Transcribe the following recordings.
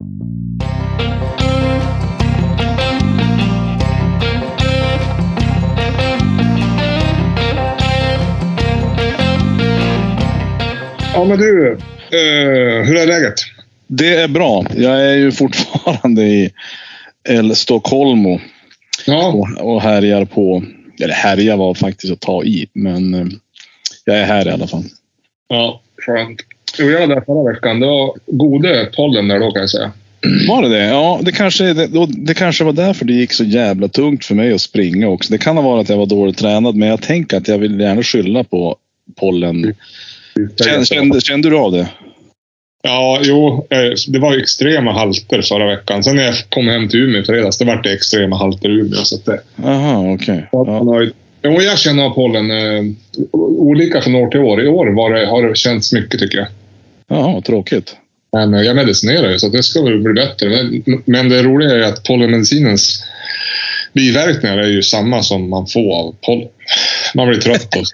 Ja, men du, hur är läget? Det är bra. Jag är ju fortfarande i Stockholm och härjar på... Eller härjar var faktiskt att ta i, men jag är här i alla fall. Ja, skönt. Jo, jag var där förra veckan. Det var gode pollen där då, kan jag säga. Var det det? Ja, det kanske var därför det gick så jävla tungt för mig att springa också. Det kan ha varit att jag var dåligt tränad, men jag tänker att jag vill gärna skylla på pollen. Kände du av det? Ja, jo. Det var extrema halter förra veckan. Sen när jag kom hem till Umeå fredags, det var det extrema halter i Umeå. Aha, okej. Okay. Ja, jag känner av pollen olika från år till år. I år har det känts mycket, tycker jag. Ja, tråkigt. Men jag medicinerar ju, så det ska väl bli bättre. Men det roliga är att pollenmedicinens biverkningar är ju samma som man får av pollen. Man blir trött och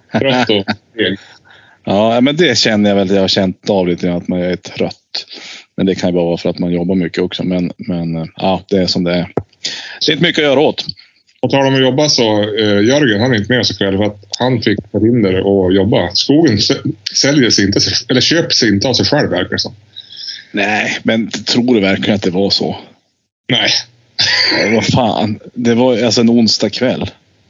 Ja, men det känner jag väl. Jag har känt av lite att man är trött. Men det kan ju bara vara för att man jobbar mycket också. Men ja, det är som det är. Det är inte mycket att göra åt. Och tal om att jobba så, Jörgen, han är inte med oss ikväll för att han fick förhinder att jobba. Skogen säljer sig inte, eller köper sig inte av sig själv, verkar det som. Nej, men tror du verkligen att det var så? Nej. Vad fan, det var alltså en onsdag kväll.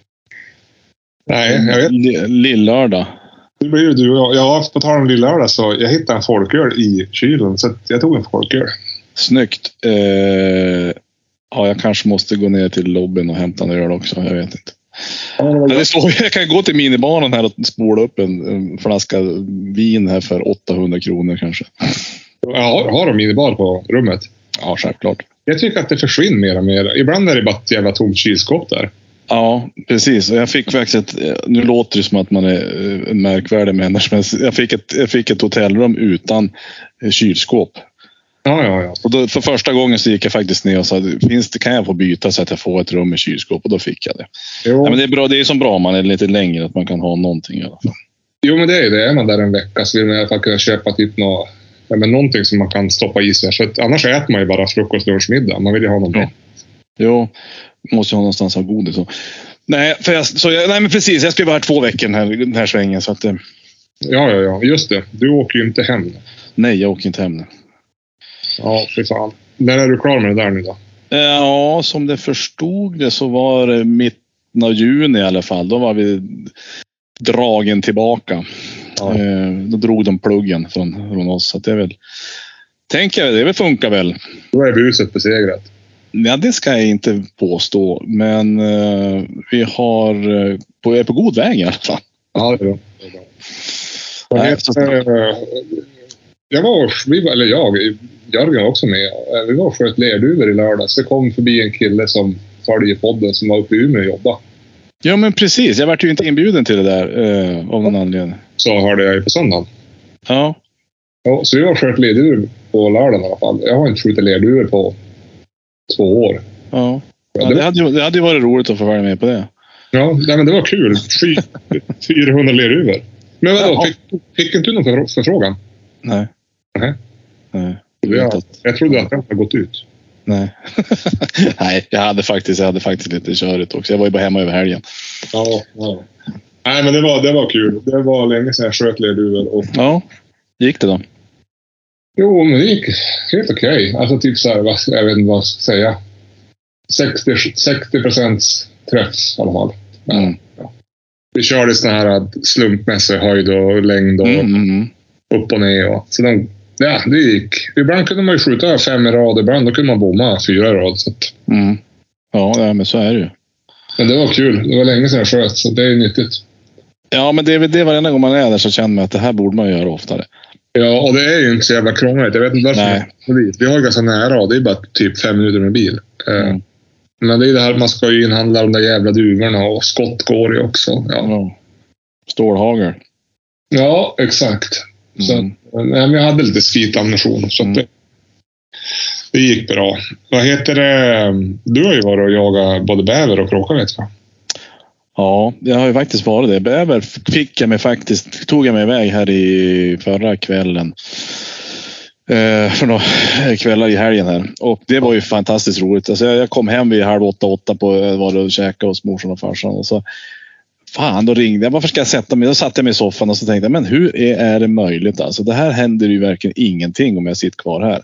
Nej, jag vet. Lillördag. Det blir ju du och jag. Ja, på tal om lillördag så jag hittade en folköl i kylen, så jag tog en folköl. Snyggt. Ja, jag kanske måste gå ner till lobbyn och hämta en öl också. Jag vet inte. Ja, det är så, jag kan gå till minibanan här och spola upp en flaska vin här för 800 kronor kanske. Ja, har de minibar på rummet? Ja, självklart. Jag tycker att det försvinner mer och mer. Ibland är det bara ett jävla tomt kylskåp där. Ja, precis. Och jag fick faktiskt nu låter det som att man är en märkvärdig människa, men jag fick ett hotellrum utan kylskåp. Ja. Och då, för första gången så gick jag faktiskt ner och sa, kan jag få byta så att jag får ett rum med kylskåp? Och då fick jag det. Ja, men det är bra, det är som bra om man är lite längre, att man kan ha någonting i alla fall. Jo, men det är det. Är man där en vecka så vill man i alla fall kunna köpa typ någonting som man kan stoppa i sig. För annars äter man ju bara frukost, lunch, middag. Man vill ju ha någonting. Ja. Jo, måste jag ha någonstans ha godis. Nej, nej, men precis. Jag ska ju vara här 2 veckor den här svängen. Så att, Ja, just det. Du åker ju inte hem. Nej, jag åker inte hem nu. Ja, för fan. När är du klar med det där nu då? Ja, som det förstod det så var det mitten av juni i alla fall. Då var vi dragen tillbaka. Ja. Då drog de pluggen från oss. Så det är väl, tänker jag, det väl funkar väl. Då är buset besegrat. Ja, det ska jag inte påstå. Men vi är på god väg i alla fall. Ja, det är bra. Jörgen var också med. Vi var för ett lerduvor i lördag. Så det kom förbi en kille som följer podden som var uppe i Umeå och jobbade. Ja, men precis. Jag var ju inte inbjuden till det där av någon anledning. Så hörde jag ju på söndagen. Ja. Så vi var för ett lerduvor på lördagen i alla fall. Jag har inte skjutit lerduvor på 2 år. Ja. Det hade ju varit roligt att få vara med på det. Ja, men det var kul. 400 lerduvor. Men vadå? Fick inte du någon förfrågan? Nej. Jag trodde att den hade gått ut. Nej. Nej, jag hade faktiskt lite körigt också. Jag var ju bara hemma över helgen. Ja. Nej, men det var kul. Det var länge sedan jag sköt lerduvor. Ja, gick det då? Jo, men det gick helt okej. Alltså typ så här, jag vet inte vad jag ska säga. 60% träff i alla fall. Ja. Vi körde såna här slumpmässig höjd och längd och upp och ner. Och. Så det gick. Ibland kunde man ju skjuta 5 i rad, ibland då kunde man bomma 4 i rad. Så att. Ja, men så är det ju. Men det var kul. Det var länge sedan jag sköt, så det är nyttigt. Ja, men det är väl det varenda gång man är där så känner man att det här borde man göra oftare. Ja, och det är ju inte så jävla krångligt. Jag vet inte varför. Vi har ganska nära, det är bara typ 5 minuter med bil. Men det är det här man ska ju inhandla de där jävla duvorna och skott går ju också. Ja. Stålhagel. Ja, exakt. Så, men jag hade lite skitammunition så det gick bra. Vad heter det? Du har ju varit och jagat både bäver och kråka, vet jag. Ja, jag har ju faktiskt varit det. Bäver tog jag mig iväg här i förra kvällen. för några kvällar i helgen här. Och det var ju fantastiskt roligt. Alltså jag kom hem vid 7:30 på var det och käkade hos morsan och farsan. Och så, fan, då ringde jag. Varför ska jag sätta mig? Då satt jag mig i soffan och så tänkte jag, men hur är det möjligt? Alltså det här händer ju verkligen ingenting om jag sitter kvar här.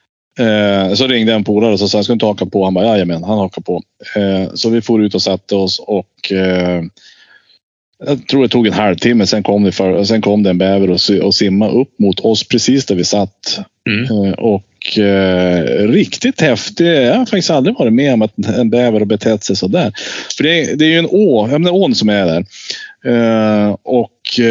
Så ringde en polare och så sa jag, ska inte haka på? Han bara, jajamän, han hakar på. Så vi får ut och satte oss och jag tror det tog en halvtimme. Sen kom det en bäver och simma upp mot oss precis där vi satt. Och riktigt häftigt. Jag har faktiskt aldrig varit med om att en bäver har betett sig så där. För det är ju en ån som är där. Och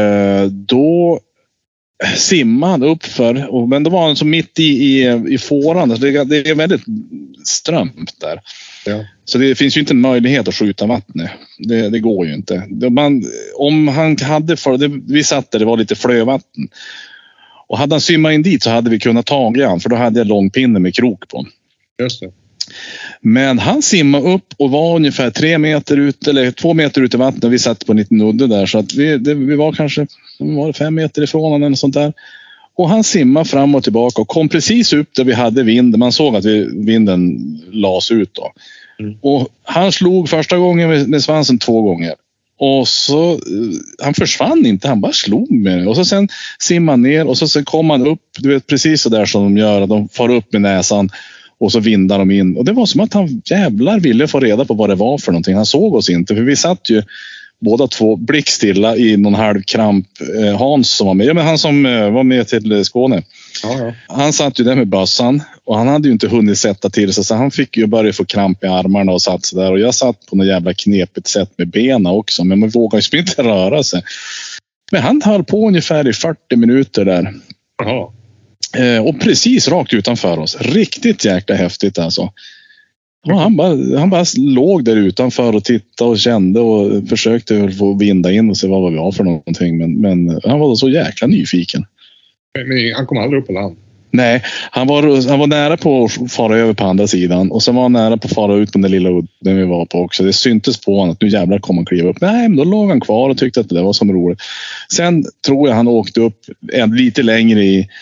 då simmade han uppför. Men det var han så mitt i fåran. Det är väldigt strömt där. Ja. Så det finns ju inte en möjlighet att skjuta vattnet. Det går ju inte. Om han hade vi satt där, det var lite flövatten. Och hade han simmat in dit så hade vi kunnat ta han, för då hade jag långpinne med krok på. Just det. Men han simmade upp och var ungefär 3 meter ut eller 2 meter ut i vattnet. Vi satt på en liten udde där, så att vi var kanske 5 meter ifrån honom eller sånt där. Och han simmade fram och tillbaka och kom precis upp där vi hade vind. Man såg att vinden las ut då. Och han slog första gången med svansen 2 gånger. Och så han försvann inte, han bara slog med det. Och så sen simmade han ner och så sen kom han upp, du vet precis så där som de gör, att de far upp med näsan och så vindar de in. Och det var som att han jävlar ville få reda på vad det var för någonting. Han såg oss inte, för vi satt ju båda två blickstilla i någon halvkramp. Hans som var med, men han som var med till Skåne. Ja. Han satt ju där med bössan och han hade ju inte hunnit sätta till sig, så han fick ju börja få kramp i armarna och satt så där. Och jag satt på något jävla knepigt sätt med benen också, men man vågar ju inte röra sig. Men han höll på ungefär i 40 minuter där. Jaha. Och precis rakt utanför oss. Riktigt jäkla häftigt alltså. Och han bara låg där utanför och tittade och kände och försökte få vinda in och se vad vi har för någonting. Men han var så jäkla nyfiken. Men han kom aldrig upp på land? Nej, han var nära på att fara över på andra sidan. Och sen var han nära på att fara ut på den lilla udden vi var på också. Det syntes på honom att nu jävlar kommer han kliva upp. Nej, men då låg han kvar och tyckte att det var som roligt. Sen tror jag han åkte upp lite längre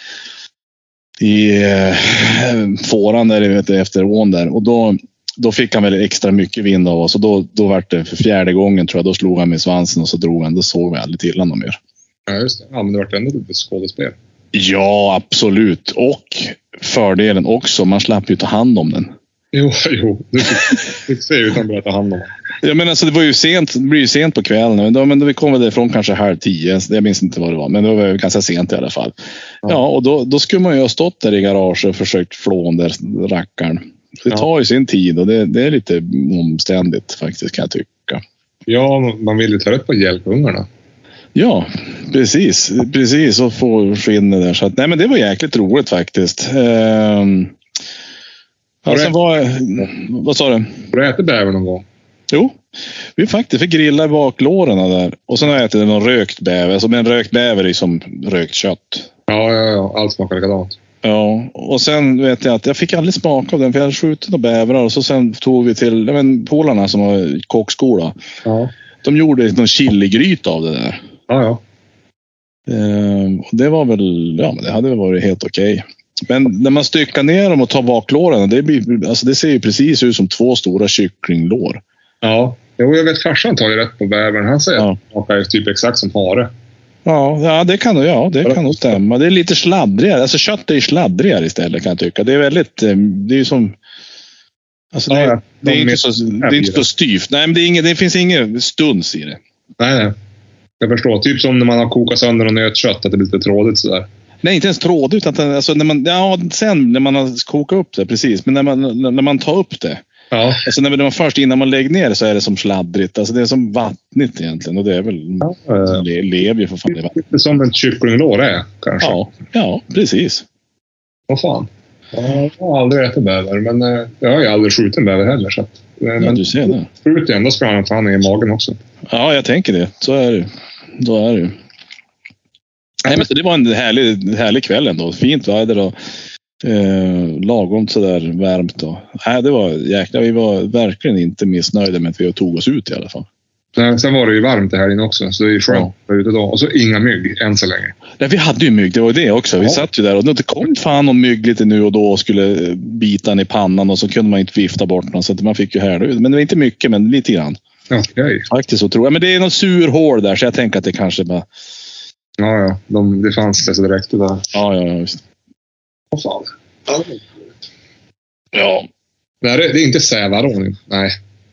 i fåran där efter ån där. Och då fick han väl extra mycket vind av oss. Och då var det för 4:e gången tror jag. Då slog han med svansen och så drog han. Då såg vi aldrig till honom mer. Ja, just det. Ja, men det var ändå ett skådespel. Ja, absolut. Och fördelen också, man slapp ju ta hand om den. Jo. Du fick se utan att ta hand om den. Ja, men alltså det var ju sent, det blir ju sent på kvällen. Men då vi kom därifrån kanske 9:30. Jag minns inte vad det var, men det var ganska sent i alla fall. Ja, och då skulle man ju ha stått där i garaget och försökt flån där rackaren. Det tar ju sin tid och det är lite omständigt faktiskt, kan jag tycka. Ja, man vill ju ta rätt på hjälpungarna. Ja, precis och få skinnet där. Så att, nej, men det var jäkligt roligt faktiskt. Vad sa du? Har du ätit bäver någon gång? Jo, vi fick grilla baklåren där. Och sen har jag ätit någon rökt bäver. Alltså en rökt bäver är som rökt kött. Ja, allt smakar likadant. Ja, och sen vet jag att jag fick aldrig smaka av den, för jag hade skjutit några bävrar. Och så sen tog vi till polarna som har kockskola. Ja. De gjorde någon chiligryta av det där. Ja. Och det var väl, men det hade väl varit helt okej. Men när man styckar ner dem och tar baklåren, det ser ju precis ut som 2 stora kycklinglår. Ja, jag vet farsan tar ju rätt på bävern. Han säger att det är typ exakt som hare. Ja, det kan nog stämma. Det är lite sladdrigare. Alltså kött är sladdrigare istället, kan jag tycka. Det är väldigt, det är ju som... Alltså det är inte så styvt. Nej, men det finns ingen stuns i det. Nej. Jag förstår. Typ som när man har kokat sönder och nötkött, att det blir lite trådigt sådär. Nej, inte ens trådigt. Alltså när man har kokat upp det, precis. Men när man tar upp det. Ja. Alltså när man först, innan man lägger ner så är det som sladdrigt. Alltså det är som vattnigt egentligen. Och det är väl... Det lever ju för fan i vatten. Lite som en kycklinglår är, kanske. Ja, precis. Vad fan. Jag har aldrig ätit bäver, men jag har ju aldrig skjutit en bäver heller. Så att, men du ser det. Skjut igen, då ska han ta i magen också. Ja, jag tänker det. Så är det. Då är det. Nej, men det var en härlig kväll ändå. Fint väder och lagom sådär värmt. Och, det var jäkla. Vi var verkligen inte missnöjda med att vi tog oss ut i alla fall. Nej, sen var det ju varmt det här inne också, så det är skönt ute då. Och så inga mygg än så länge. Nej, vi hade ju mygg, det var ju det också. Vi satt ju där och det kom fan om mygg lite nu och då och skulle bita den i pannan och så kunde man inte vifta bort den så att man fick ju härda ut. Men det var inte mycket, men lite grann. Okej. Faktiskt så tror jag. Men det är något surhål där så jag tänker att det kanske bara... Ja. Det fanns det så direkt det där. Ja, visst. Vad fan? Ja. Nej, det är inte Sävarån. Nej.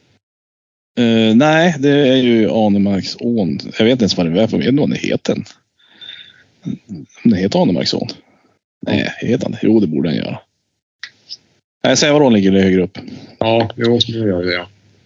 Nej, det är ju Arnemarksån. Jag vet inte ens vad det är för. Jag vet inte vad det heter. Det heter Arnemarksån. Nej, heter han. Jo, det borde den göra. Nej, Sävarån ligger högre upp. Ja, jo, det gör det, ja.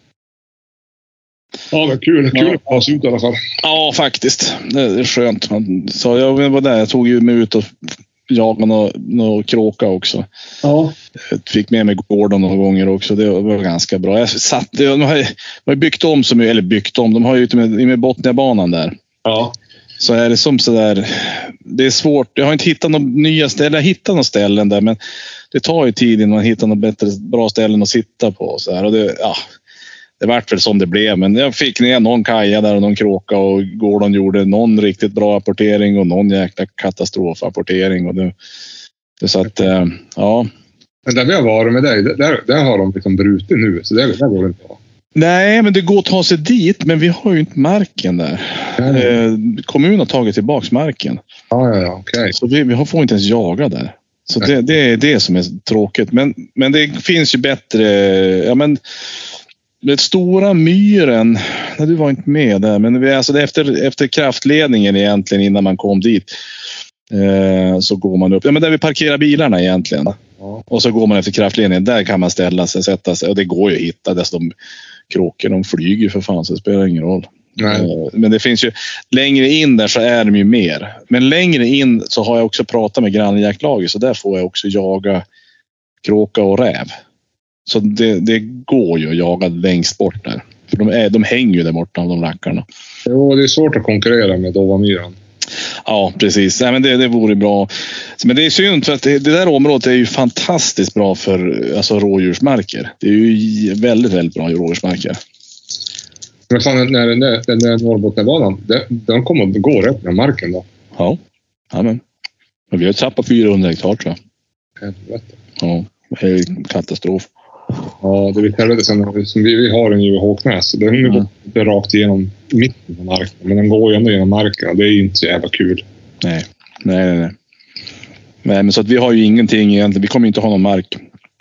Ja, men kul att passa ut i alla fall. Ja, faktiskt. Det är skönt. Så jag var där. Jag tog ju mig ut och jagade någon kråka också. Ja. Jag fick med mig gården några gånger också. Det var ganska bra. De har byggt om så mycket, eller byggt om. De har ju med Botniabanan där. Ja. Så är det som så där. Det är svårt. Jag har inte hittat några nya ställen. Jag har hittat några ställen där, men det tar ju tid innan man hittar några bra ställen att sitta på så här. Och det vart väl som det blev, men jag fick ner någon kaja där och någon kråka och Gordon gjorde någon riktigt bra apportering och någon jäkla katastrofapportering och det så att ja. Men där vi har varit med dig, där har de liksom brutit nu, så där går det inte bra. Nej, men det går att ta sig dit, men vi har ju inte marken där. Kommunen har tagit tillbaks marken. Ja, okej. Så vi får inte ens jaga där. Så det är det som är tråkigt, men det finns ju bättre, ja men det stora myren, nej, du var inte med där, men alltså efter kraftledningen egentligen innan man kom dit så går man upp, ja men där vi parkerar bilarna egentligen. Ja. Och så går man efter kraftledningen, där kan man ställa sig, sätta sig och det går ju att hitta, dessutom kråkor, de flyger för fan så det spelar ingen roll. Nej. Men det finns ju, längre in där så är de ju mer. Men längre in så har jag också pratat med grannjaktlaget så där får jag också jaga kråka och räv. Så det går ju att jaga längst bort där. För de hänger ju där borta av de rackarna. Jo, det är svårt att konkurrera med Dovamyran. Ja, precis. Nej, men det vore bra. Men det är synd för att det där området är ju fantastiskt bra för alltså, rådjursmarker. Det är ju väldigt, väldigt bra rådjursmarker. Men fan, när Norrbotniabanan, den kommer att gå rätt med marken då? Ja, men vi har tappat 400 hektar tror jag. Helvete. Ja, det är katastrof. Ja, det vet helvete sen vi har en ju Håknäs. Den går inte rakt igenom mitten av marken. Men den går ju ändå genom marken och det är ju inte så jävla kul. Nej. Nej, men så att vi har ju ingenting egentligen. Vi kommer inte ha någon mark.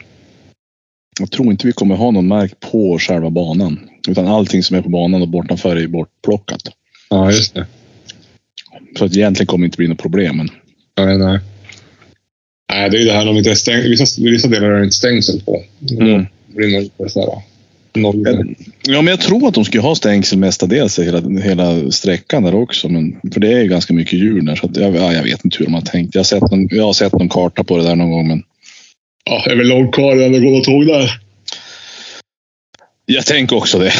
Jag tror inte vi kommer ha någon mark på själva banan. Utan allting som är på banan och bortanför är bortplockat. Ja, just det. Så att egentligen kommer det inte bli något problem. Men... Nej. Nej, det är ju det här om inte vissa delar är inte stängsel på. Det blir nog så här. Ja, men jag tror att de ska ha stängsel mestadels hela sträckan där också. Men, för det är ju ganska mycket djur där. Så att, jag vet inte hur de har tänkt. Jag har sett någon karta på det där någon gång. Men... Ja, det är väl långt kvar när det går att tåg där. Jag tänker också det.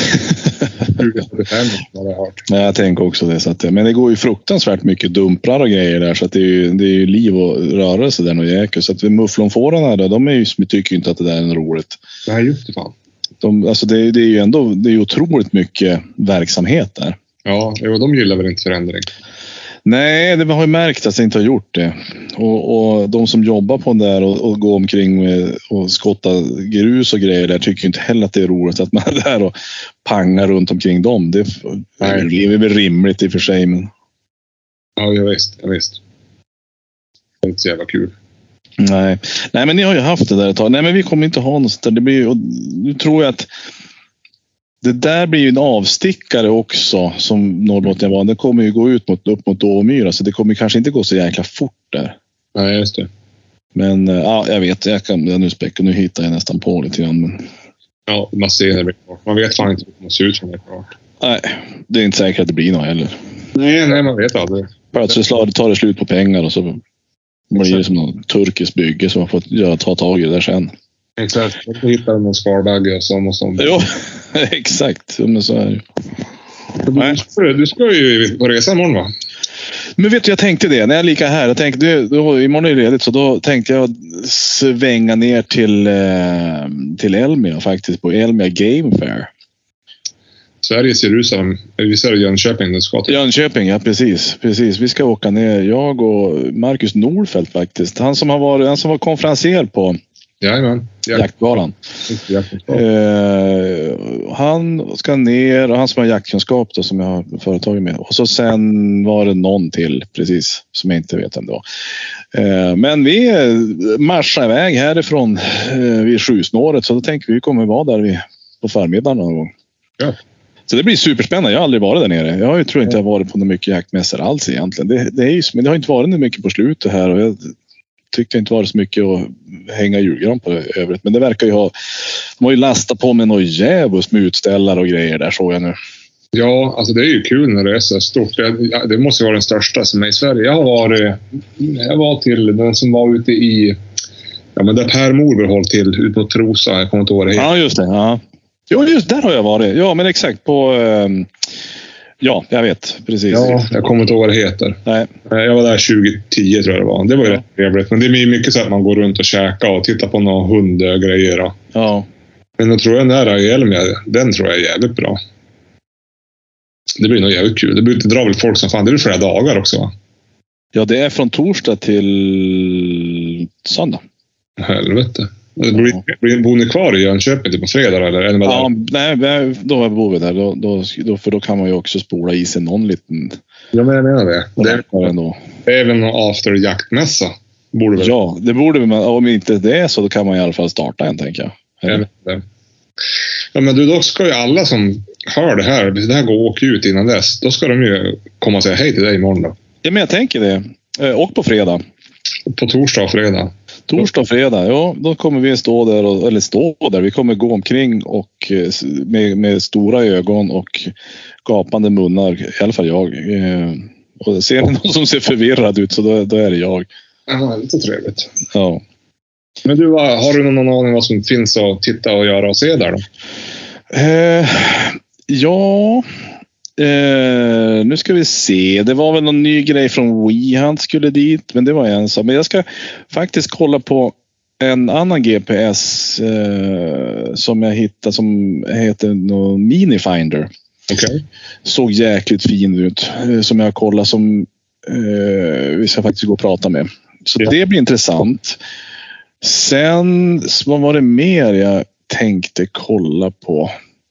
Jag tänker också det. Så att, men det går ju fruktansvärt mycket dumprar och grejer där. Så att det är ju liv och rörelse där och jäkel. Så att mufflonfårarna där, de tycker ju inte att det där är roligt. Nej, just det fan. Alltså det är ju ändå det är otroligt mycket verksamhet där. Ja, de gillar väl inte förändring. Nej, det har ju märkt att jag inte har gjort det. Och de som jobbar på det där och går omkring och skottar grus och grejer där tycker inte heller att det är roligt att man är där och pangar runt omkring dem. Det är väl rimligt i och för sig. Men... Ja, visst. Det är inte så jävla kul. Nej, men ni har ju haft det där ett tag. Nej, men vi kommer inte ha något sånt där. Det blir ju, nu tror jag att det där blir ju en avstickare också som Norrbotniabanan. Det kommer ju gå upp mot Dåmyra så det kommer kanske inte gå så jäkla fort där. Nej, just det. Men ja, jag vet. Nu hittar jag nästan på lite grann. Men... Ja, man ser det. Man vet fan inte hur det ser ut som det är klart. Nej, det är inte säkert att det blir något heller. Nej, man vet aldrig. Plötsligt tar det slut på pengar och så blir det som någon turkisk bygge som man får ta tag i det där sen. Exakt, då hittar de någon skalbagge och sånt. Jo, exakt. Men så är det. Du ska ju på resa imorgon, va? Men vet du, jag tänkte det. När jag är lika här, jag tänkte, imorgon är det ledigt, så då tänkte jag svänga ner till Elmia faktiskt, på Elmia Game Fair. Sveriges Jerusalem. Vi är det Jönköping du ska till. Jönköping, ja precis. Vi ska åka ner. Jag och Marcus Nordfeldt faktiskt. Han som var konferenser på Jaktgalan. Han ska ner och han som har jaktkunskap då, som jag har företagit med. Och så sen var det någon till precis som jag inte vet om det var. Men vi marschar iväg härifrån vid 7-snåret, så då tänker vi kommer vara där på förmiddagen någon gång. Ja. Så det blir superspännande. Jag har aldrig varit där nere. Jag tror inte jag har varit på något mycket jaktmässor alls egentligen. Men det har inte varit mycket på slutet här och jag tyckte inte varit så mycket att hänga julgran på övrigt. Men det verkar ju de har ju lastat på med något jävligt med utställare och grejer där, såg jag nu. Ja, alltså det är ju kul när det är så stort. Det måste ju vara den största som är i Sverige. Jag var till den som var ute i... Ja, men där Per Morberg håll till, ut på Trosa. Jag kommer inte ihåg det. Ja, just det. Ja. Jo, just där har jag varit. Ja, men exakt på... Ja, jag vet. Precis. Ja, jag kommer inte ihåg vad det heter. Nej. Jag var där 2010 tror jag det var. Det var ju rätt trevligt. Men det är mycket så att man går runt och käkar och tittar på några hundgrejer. Då. Ja. Men då tror jag den där Elmia, den tror jag är jävligt bra. Det blir nog jävligt kul. Det drar väl folk som fan. Det är flera dagar också, va? Ja, det är från torsdag till söndag. Helvete. Bor ni kvar i Jönköping typ på fredag eller? Ja, nej, då bor vi där. För då kan man ju också spola i sig någon liten... Ja, men jag menar det. Det är väl någon after-jaktmässa? Borde väl? Ja, det borde man. Om inte det är så, då kan man i alla fall starta en, tänker jag. Ja, men då ska ju alla som hör det här går och åker ut innan dess. Då ska de ju komma och säga hej till dig imorgon då. Ja, men jag tänker det. Och på fredag. På torsdag och fredag. Torsdag och fredag, ja. Då kommer vi stå där. Vi kommer gå omkring och med stora ögon och gapande munnar. I alla fall jag. Och ser någon som ser förvirrad ut, så då är det jag. Ja, det är så trevligt. Ja. Men du, har du någon aning vad som finns att titta och göra och se där då? Ja... nu ska vi se. Det var väl någon ny grej från WeHunt skulle dit, men det var en sak. Men jag ska faktiskt kolla på en annan GPS som jag hittade som heter någon Minifinder. Okay. Såg jäkligt fin ut, som jag har kollat, som vi ska faktiskt gå och prata med. Så det blir intressant. Sen, vad var det mer jag tänkte kolla på?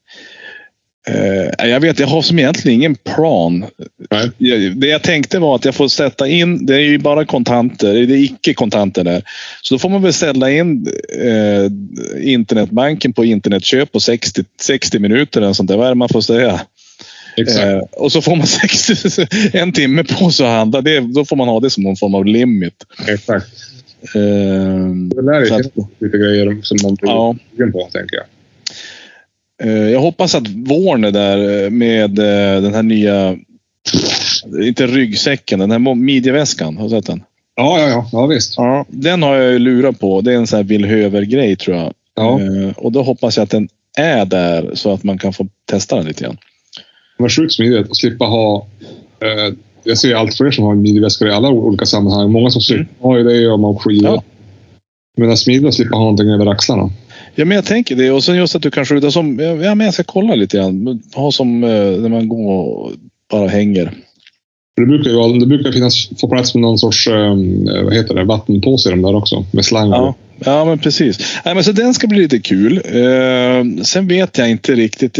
Jag har som egentligen ingen plan. Det jag tänkte var att jag får sätta in, det är ju bara kontanter, det är icke-kontanter där. Så då får man väl ställa in internetbanken på internetköp på 60 minuter eller sånt där, vad är det man får säga? Exakt. Och så får man en timme på sig att handla. Då får man ha det som någon form av limit. Exakt. Det lär ju lite grejer som man blir på, tänker jag. Jag hoppas att våren är där med den här nya, inte ryggsäcken, den här midjeväskan. Har du sett den? Ja, visst. Ja, den har jag ju lurat på. Det är en sån här Villhöver-grej, tror jag. Ja. Och då hoppas jag att den är där så att man kan få testa den lite grann. Det var sjukt smidigt att slippa ha... jag ser allt fler som har midjeväskor i alla olika sammanhang. Många som har ju det och man skidor. Ja. Men att smidigt att slippa ha någonting över axlarna. Ja, men jag tänker det. Och sen just att du kanske skjuta som... Ja, men jag ska kolla lite grann. Ha som när man går och bara hänger. Det brukar finnas få plats med någon sorts vattenpåse i de där också. Med slang. Ja, men precis. Nej, men så den ska bli lite kul. Sen vet jag inte riktigt.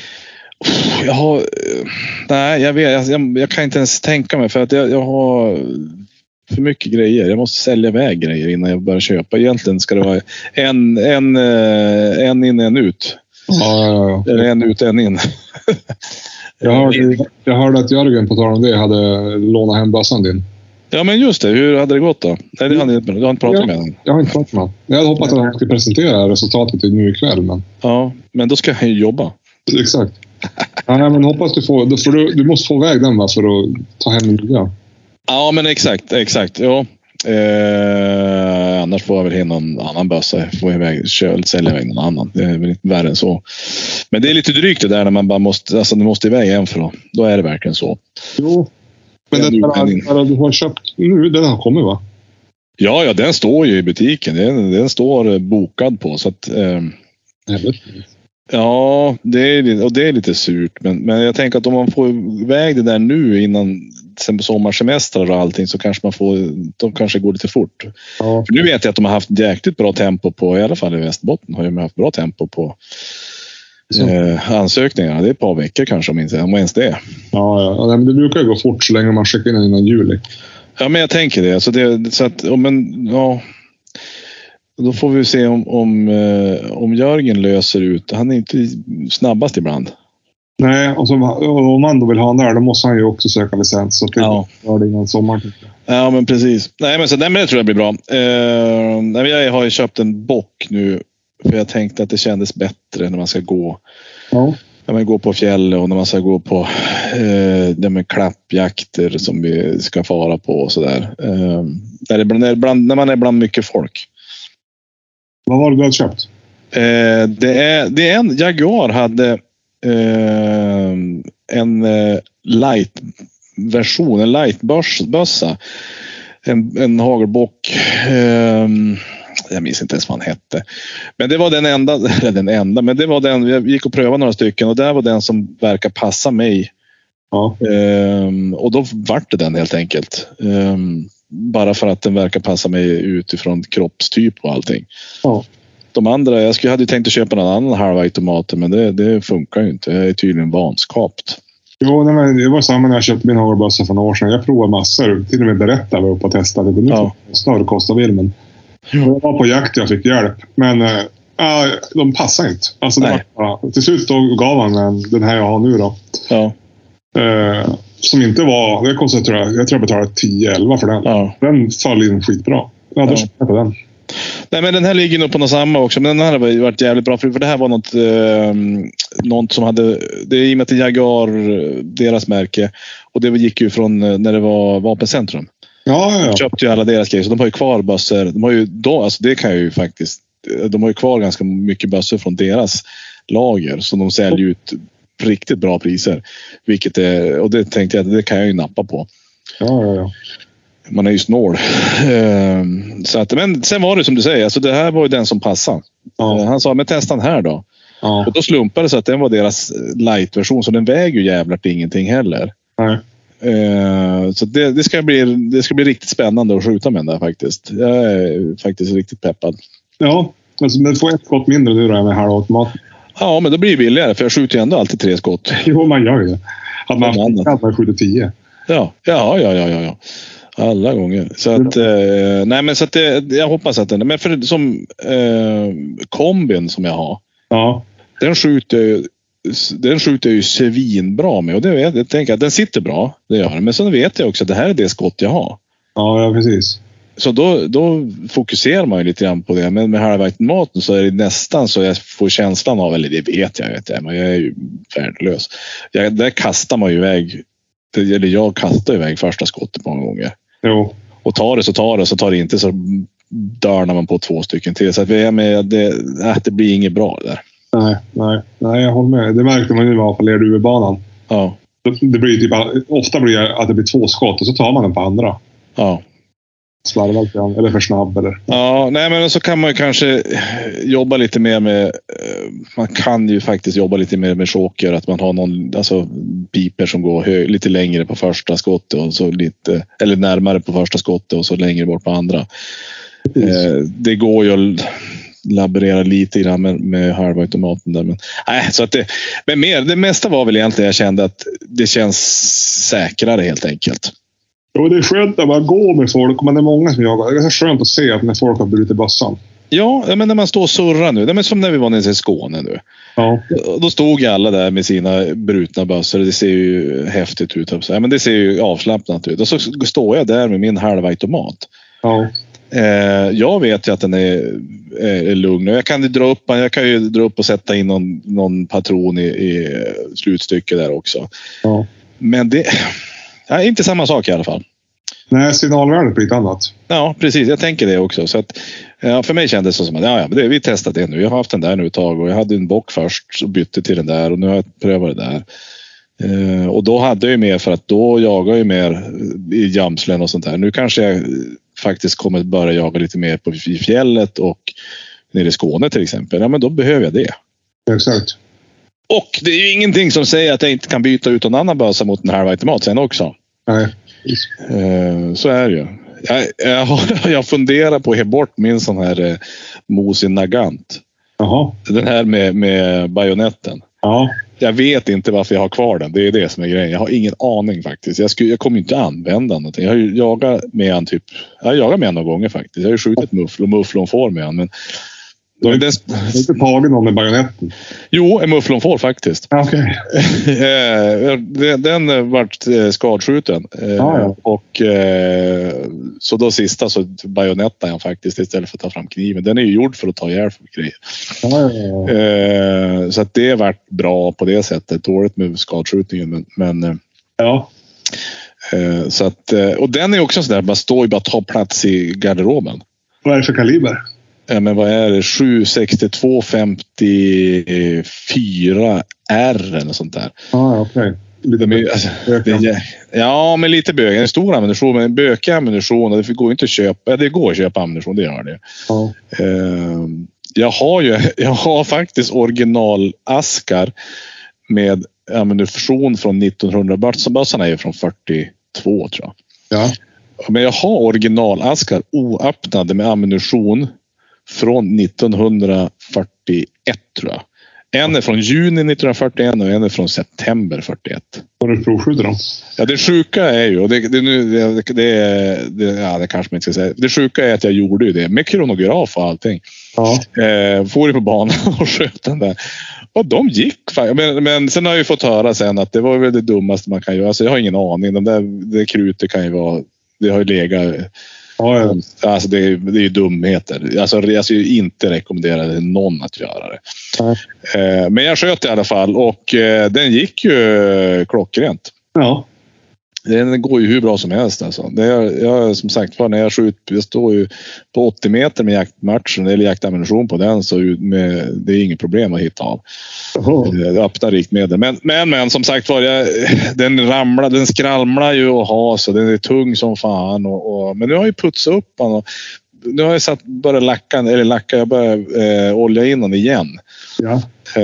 Jag kan inte ens tänka mig, för att jag har för mycket grejer. Jag måste sälja iväg grejer innan jag börjar köpa. Egentligen ska det vara en in, en ut. Ja. Eller en ut, en in. Jag hörde att Jörgen, på tal om det, hade lånat hem bössan din. Ja, men just det. Hur hade det gått då? Nej, du har inte pratat med honom. Jag har inte pratat med honom. Jag hade hoppats att han skulle presentera resultatet nu ikväll. Men... Ja, men då ska han ju jobba. Exakt. Ja, men hoppas du får... Du måste få iväg den, va, för att ta hem en nya. Ja, men exakt. Ja. Annars får jag väl hem någon annan bössa. Får iväg, sälja iväg någon annan. Det är väl inte värre än så. Men det är lite drygt det där när man bara måste... Alltså, du måste iväg en för då är det verkligen så. Jo. Men den du har köpt nu, den har kommit, va? Ja, den står ju i butiken. Den står bokad på, så att... Ja, det är lite surt. Men jag tänker att om man får iväg det där nu innan sen sommarsemestrar och allting, så kanske de kanske går lite fort. Ja. För nu vet jag att de har haft jäkligt bra tempo på, i alla fall i Västerbotten har de haft bra tempo på ansökningarna. Det är ett par veckor kanske om ens det. Ja, men det brukar gå fort så länge man skickar in innan juli. Ja, men jag tänker det. Så då får vi se om Jörgen löser ut. Han är inte snabbast ibland. Nej, och om man då vill ha han där, då måste han ju också söka licens. Så det var det innan sommaren. Ja, men precis. Nej, men det tror jag blir bra. Jag har ju köpt en bock nu. För jag tänkte att det kändes bättre när man ska gå. Ja. När man går på fjäll och när man ska gå på med klappjakter som vi ska fara på och sådär. När man är bland mycket folk. Vad var det du hade köpt? Det är en Jaguar hade en light-version, en light-bössa. En hagelbock. Jag minns inte ens vad han hette. Men det var den enda. Men det var den, jag gick och prövade några stycken. Och det var den som verkar passa mig. Ja. Och då vart det den helt enkelt. Bara för att den verkar passa mig utifrån kroppstyp och allting. Ja. De andra, jag hade ju tänkt att köpa någon annan halvautomat, men det funkar ju inte. Jag är tydligen vanskapt. Jo, det var samma när jag köpte min hagelbössa för några år sedan. Jag provade massor. Till och med berättade upp och testade. Det är snarare kostade virmen. Jag var på jakt, jag fick hjälp. Men de passar inte. Alltså, till slut då gav han den här jag har nu då. Ja. Som inte var... Det kostade, jag tror jag betalade 10-11 för den. Ja. Den föll in skitbra. Ja, då köpte jag den. Nej, men den här ligger nog på något samma också. Men den här har varit jävligt bra. För det här var något som hade... Det är i och med att Jaguar, deras märke. Och det gick ju från när det var Vapencentrum. Ja. De köpte ju alla deras grejer. Så de har ju kvar bössor. De har ju det kan jag ju faktiskt... De har ju kvar ganska mycket bössor från deras lager. Så de säljer ut riktigt bra priser. Vilket är... Och det tänkte jag att det kan jag ju nappa på. Ja. Man är ju snål. Så att, men sen var det som du säger. Alltså det här var ju den som passade. Ja. Han sa, men testa den här då. Ja. Och då slumpade det så att den var deras light-version. Så den väger ju jävligt ingenting heller. Nej. Så det ska bli riktigt spännande att skjuta med den där faktiskt. Jag är faktiskt riktigt peppad. Ja, alltså, men får ett skott mindre nu då med halvautomat. Ja, men då blir det billigare. För jag skjuter ju ändå alltid 3 skott. Jo, man gör ju det. Att man skjuter 10. Ja. Alla gånger. Så att, nej, men så att jag hoppas att den... Men för som kombin som jag har. Ja. Den skjuter jag ju svinbra med. Och jag tänker att den sitter bra. Det gör den. Men så vet jag också att det här är det skott jag har. Ja, precis. Så då fokuserar man ju lite grann på det. Men med halvautomaten så är det nästan så jag får känslan av, eller det vet jag, men jag är ju färdlös. Där kastar man ju iväg, eller jag kastar iväg första skottet många gånger. Jo. Och tar det så tar det inte, så dörnar man på 2 stycken till. Så att vi är med, det blir inget bra där. Nej, jag håller med. Det märkte man ju i alla fall i banan. Ja. Det blir typ, ofta blir det att det blir 2 skott och så tar man den på andra. Ja. Slarvat eller för snabb eller. Ja, nej, men så kan man ju kanske jobba lite mer med, man kan ju faktiskt jobba lite mer med choker, att man har någon, alltså piper som går lite längre på första skottet och så lite, eller närmare på första skottet och så längre bort på andra. Det går ju att laborera lite grann med halvautomaten där, men nej, så att det mesta var väl egentligen jag kände att det känns säkrare helt enkelt. Jo, det är skönt att bara gå med folk. Men det är många som jagar. Det är skönt att se att när folk har brutit bössan. Ja, men när man står och surrar nu. Det är som när vi var nere i Skåne nu. Ja. Då stod alla där med sina brutna bössor. Det ser ju häftigt ut. Men det ser ju avslappnat ut. Och så står jag där med min halvautomat. Ja. Jag vet ju att den är lugn. Jag kan ju dra upp och sätta in någon patron i slutstycket där också. Ja. Men det är inte samma sak i alla fall. Nej, signalvärdet blir ett annat. Ja, precis. Jag tänker det också. Så att, för mig kändes det som att vi har testat det nu. Jag har haft den där nu ett tag och jag hade en bock först och bytte till den där och nu har jag prövat det där. Och då hade jag ju mer, för att då jagar jag ju mer i Jamslen och sånt där. Nu kanske jag faktiskt kommer börja jaga lite mer i fjället och nere i Skåne till exempel. Ja, men då behöver jag det. Exakt. Och det är ju ingenting som säger att jag inte kan byta ut en annan bössa mot en halvautomat sen också. Nej. Så är det ju. Jag funderar på att ge bort min sån här Mosin Nagant. Jaha. Den här med bajonetten. Ja. Jag vet inte varför jag har kvar den. Det är det som är grejen. Jag har ingen aning faktiskt. Jag kommer inte använda någonting. Jag har ju jagat med han några gånger faktiskt. Jag har ju skjutit mufflon får med han. Men du har inte tagit någon med bajonetten? Jo, en mufflon får faktiskt. Okej. Den vart skadskjuten. Och så då sista så bajonettade jag faktiskt istället för att ta fram kniven. Den är ju gjord för att ta ihjäl grejer. Så att det vart bra på det sättet. Dåligt med skadskjutningen. Men så att, och den är också sådär, man står ju bara ta plats i garderoben. Vad är det för kaliber? Men vad är det? 762 54 R eller sånt där. Okej. Men lite bög. En stor ammunition, men en bökig ammunition. Det går inte att köpa. Det går att köpa ammunition, det gör det. Ja. Jag har faktiskt originalaskar med ammunition från 1900. Bössan är ju från 42 tror jag. Ja. Men jag har originalaskar oöppnade med ammunition från 1941 tror jag. En är från juni 1941 och en är från september 41. Har du provskjutit dem? Ja, det sjuka är ju, och det kanske man inte ska säga. Det sjuka är att jag gjorde ju det med kronograf och allting. Ja. For på banan och sköt den där. Och de gick. Men sen har jag ju fått höra sen att det var väl det dummaste man kan göra. Alltså jag har ingen aning. Det krutet kan ju vara, det har ju legat. Ja. Alltså det är ju dumheter. Alltså jag skulle inte rekommendera någon att göra det. Ja. Men jag sköt i alla fall och den gick ju klockrent. Ja. Den går ju hur bra som helst alltså. Jag som sagt var när jag skjuter, jag står ju på 80 meter med jaktmatchen eller jaktammunition på den, så det är inget problem att hitta av. Öppna riktmedel. Men som sagt var, den skramlar ju och har så den är tung som fan men nu har jag ju putsat upp den och nu har jag jag börjar olja in den igen. Ja.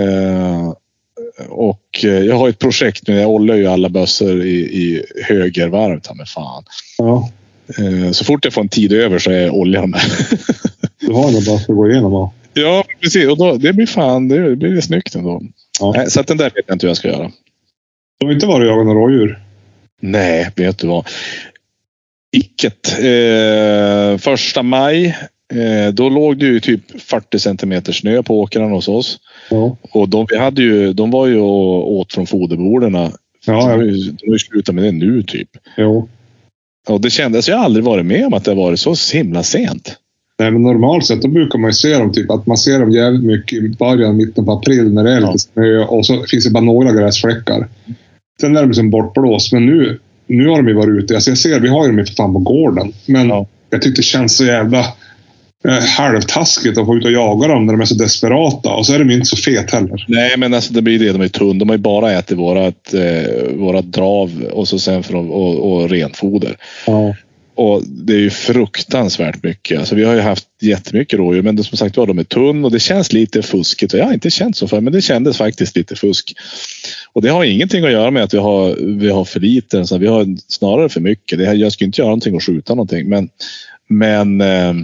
Och jag har ett projekt med jag oljar ju alla bössor i högervarv med fan. Ja. Så fort jag får en tid över så är jag oljar de här. Du har det bara för att gå igenom va? Ja, precis. Och då, det blir snyggt ändå. Ja. Så att den där vet jag inte hur jag ska göra. Du har inte varit jagat några rådjur? Nej, vet du vad? Icket. 1 maj. Då låg det ju typ 40 centimeter snö på åkrarna hos oss. Ja. Och de var ju åt från foderborderna. Ja. De har ju slutat med det nu typ. Jo. Och det kändes, jag har aldrig varit med om att det har varit så himla sent. Nej, men normalt sett då brukar man ju se dem typ att man ser dem jävligt mycket i början, mitten på april när det är lite snö och så finns det bara några gräsfläckar. Sen är de liksom bortblåst, men nu har de ju varit ute. Alltså jag ser, vi har ju dem för fan på gården. Men jag tyckte det känns så jävla halvtaskigt att få ut och jaga dem när de är så desperata. Och så är de inte så fet heller. Nej, men alltså det blir det. De är tunn. De har ju bara ätit våra drav och så sen och renfoder. Ja. Och det är ju fruktansvärt mycket. Alltså vi har ju haft jättemycket rådjur, men det, som sagt var, de är tunn och det känns lite fuskigt. Jag har inte känt så för, men det kändes faktiskt lite fusk. Och det har ingenting att göra med att vi har för lite. Så vi har snarare för mycket. Jag skulle inte göra någonting och skjuta någonting, men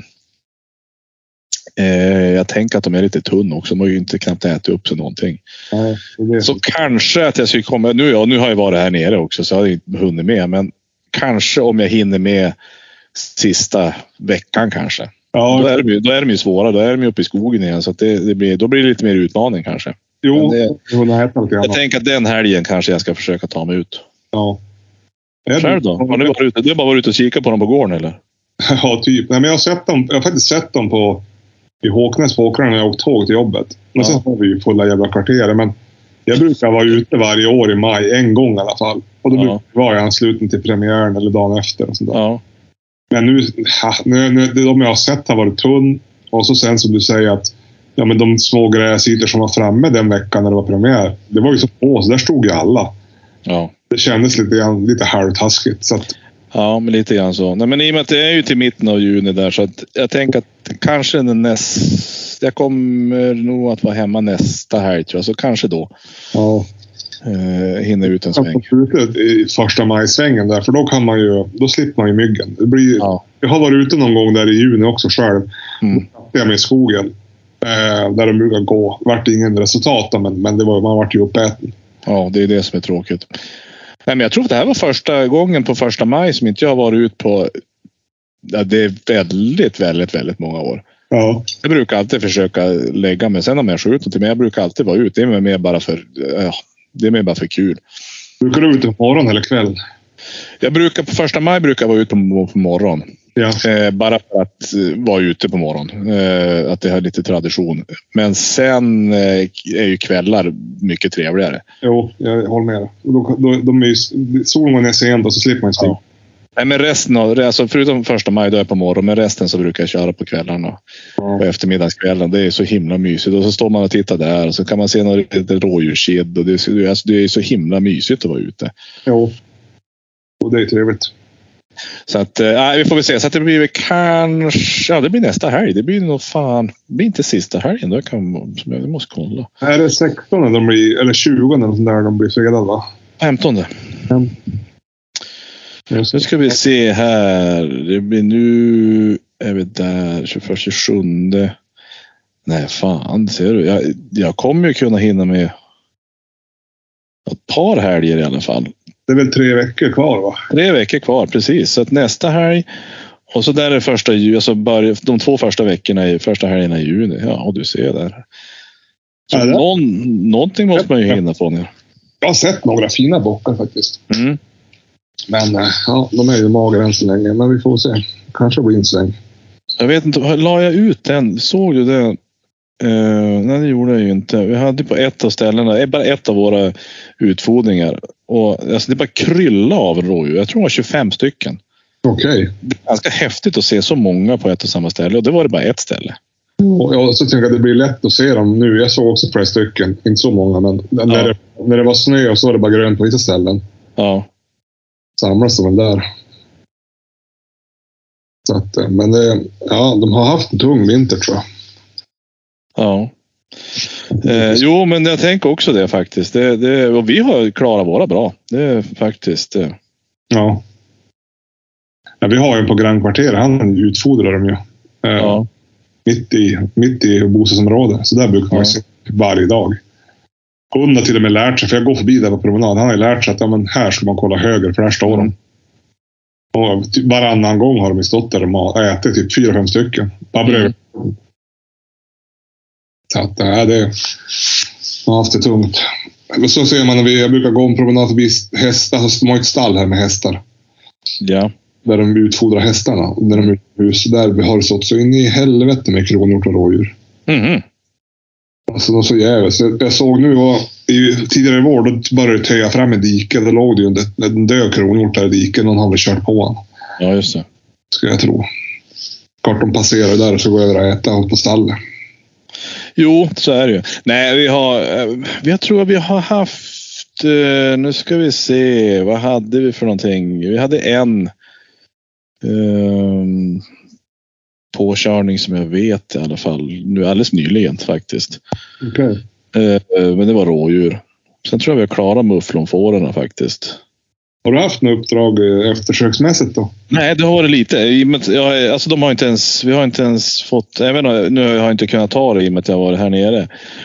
jag tänker att de är lite tunn också. De har ju inte knappt ätit upp sig någonting. Nej, så kanske att jag skulle komma... Nu har jag varit här nere också, så jag har inte hunnit med. Men kanske om jag hinner med sista veckan kanske. Ja. Då är de ju svåra. Då är de ju uppe i skogen igen. Så att då blir det lite mer utmaning kanske. Jo, jag tänker att den helgen kanske jag ska försöka ta mig ut. Ja. Själv då? Har du bara varit ute och kika på dem på gården eller? Ja, typ. Nej, men jag har faktiskt sett dem i Håknäs på åkrarna när jag åkt tåg till jobbet. Men sen har vi ju fulla jävla kvarter. Men jag brukar vara ute varje år i maj, en gång i alla fall. Och då brukar det vara i anslutning till premiären eller dagen efter. Och sånt där. Ja. Men nu, de jag har sett har varit tunn. Och så sen som du säger att men de små gräsytor som var framme den veckan när det var premiär. Det var ju så få, så där stod ju alla. Ja. Det kändes lite halvtaskigt. Så att... Ja, men lite grann så. Nej, men i och med att det är ju till mitten av juni där, så att jag tänker att kanske Jag kommer nog att vara hemma nästa helg tror jag. Så kanske då. Ja. Hinner ut en sväng. I första maj-svängen där. För då kan man ju, då slipper man ju myggen. Det blir, jag har varit ute någon gång där i juni också själv. Det är med i skogen. Där de brukar gå. Det vart ingen resultat men det var, man vart ju uppäten. Ja, det är det som är tråkigt. Nej, men jag tror att det här var första gången på första maj som inte jag har varit ut på. Ja, det är väldigt många år. Ja. Jag brukar alltid försöka lägga mig. Sen om jag skjuter till mig, jag brukar alltid vara ute. Det är mer bara för kul. Brukar du ut på morgon eller kväll? Jag brukar på första maj brukar vara ute på morgon. Ja. Bara för att vara ute på morgon. Att det har lite tradition. Men sen är ju kvällar mycket trevligare. Jo, jag håller med. Solen går ner sent och så slipper man stiga. Nej, men resten alltså förutom första maj då är jag på morgon, men resten så brukar jag köra på kvällarna och eftermiddagskvällen. Det är så himla mysigt och så står man och tittar där och så kan man se något rådjurskid och det är så himla mysigt att vara ute. Jo, och det är trevligt. Så att vi får väl se. Så att det blir kanske, det blir nästa helg. Det blir nog det blir inte sista helgen då jag måste kolla. Är det 16 de blir, eller 20 eller sånt där de blir fredade va? 15. Nu ska vi se här. Det blir nu är vi där 21-27. Nej fan, ser du. Jag kommer ju kunna hinna med ett par helger i alla fall. Det är väl 3 veckor kvar va? 3 veckor kvar, precis. Så att nästa helg och så där är första juni, alltså de 2 första veckorna i första helgen i juni. Ja, och du ser där. Så någonting måste man ju hinna få ner. Jag har sett några fina bockar faktiskt. Men de är ju mager än så länge. Men vi får se. Kanske blir en sväng. Jag vet inte, la jag ut den? Såg du det? Nej, det gjorde jag ju inte. Vi hade på ett av ställena, bara ett av våra utfodringar. Och alltså, det bara krylla av rådjur. Jag tror det var 25 stycken. Okej. Det är ganska häftigt att se så många på ett och samma ställe. Och det var det bara ett ställe. Ja, så tänker jag att det blir lätt att se dem nu. Jag såg också flera stycken. Inte så många, men när det var snö och så var det bara grönt på vissa ställen. Ja. Samlas de väl där. Så att, men de har haft en tung vinter tror jag. Ja. Jo, men jag tänker också det faktiskt. Och vi har klarat våra bra. Det är faktiskt... Ja, vi har ju på Grannkvarter. Han utfodrar dem ju. Ja. Mitt i bostadsområdet. Så där brukar man se varje dag. Hon har till och med lärt sig, för jag går förbi där på promenad. Han har ju lärt sig att här ska man kolla höger, för här står de. Och varannan gång har de stått där och ätit typ 4-5 stycken. Bara bredvid. Så att det har haft det tungt. Så ser man när jag brukar gå en promenad förbi hästar. Så de har ett stall här med hästar. Ja. Där de utfodrar hästarna. När de är hus. Där har det stått så in i helvete med kronhjort och rådjur. Alltså de så jävligt. Jag såg nu tidigare i vår då började det töja fram i diket. Då låg det ju en död kronhjort där i diket. Någon hade väl kört på han. Ja, just det. Ska jag tro. Klart de passerar där och så går över och äta på stallet. Jo, så är det ju. Nej, jag tror vi har haft... Nu ska vi se. Vad hade vi för någonting? Vi hade en påkörning som jag vet i alla fall. Nu alldeles nyligen faktiskt. Okej. Men det var rådjur. Sen tror jag vi har klarat mufflonfårorna faktiskt. Har du haft något uppdrag eftersöksmässigt då? Nej, det har varit lite. Alltså vi har inte ens fått... Även nu har jag inte kunnat ta det i och med att jag har varit här nere.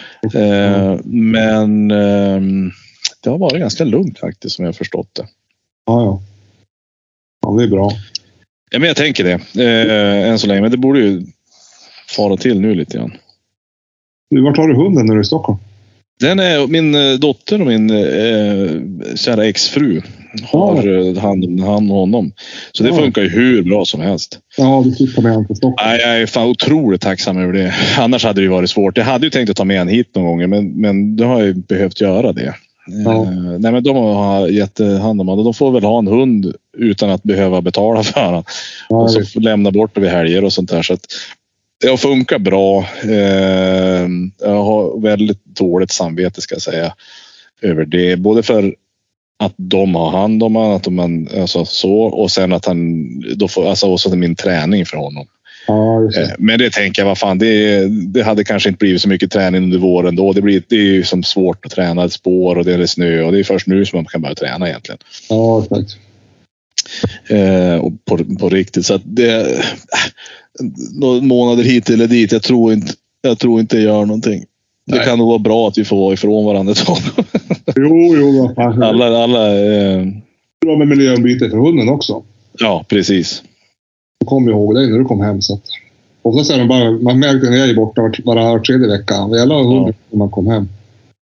Men det har varit ganska lugnt faktiskt, som jag har förstått det. Ja, det är bra. Ja, men jag tänker det. Än så länge. Men det borde ju fara till nu lite grann. Vart har du hunden när du är i Stockholm? Den är min dotter och min kära exfru har hand om honom. Så det funkar ju hur bra som helst. Ja, du tittar med honom till Stockholm. Nej, jag är fan otroligt tacksam över det. Annars hade det varit svårt. Jag hade ju tänkt att ta med en hit någon gång, men då har jag ju behövt göra det. Ja. Nej, men de har gett hand om honom. De får väl ha en hund utan att behöva betala för honom. Ja, och så lämna bort det vid helger och sånt där. Så att det funkar bra. Jag har väldigt dåligt samvete, ska jag säga, över det. Både för att de har hand om honom, att man, alltså så, och sen att han då får, alltså också min träning för honom. Ja, men det tänker jag, vad fan, det hade kanske inte blivit så mycket träning under våren då. Det är ju som svårt att träna ett spår och det är snö och det är först nu som man kan börja träna egentligen. Ja, exakt. Och på riktigt, så att det några månader hit eller dit, jag tror inte det gör någonting. Det kan nog vara bra att vi får vara ifrån varandra ett tag. Jo. Alla bra med miljöombyte för hunden också. Ja, precis. Jag kommer ihåg dig när du kom hem. Så att, oftast är det bara, man märkte när jag är borta var tredje vecka. Vi alla hunden när man kom hem.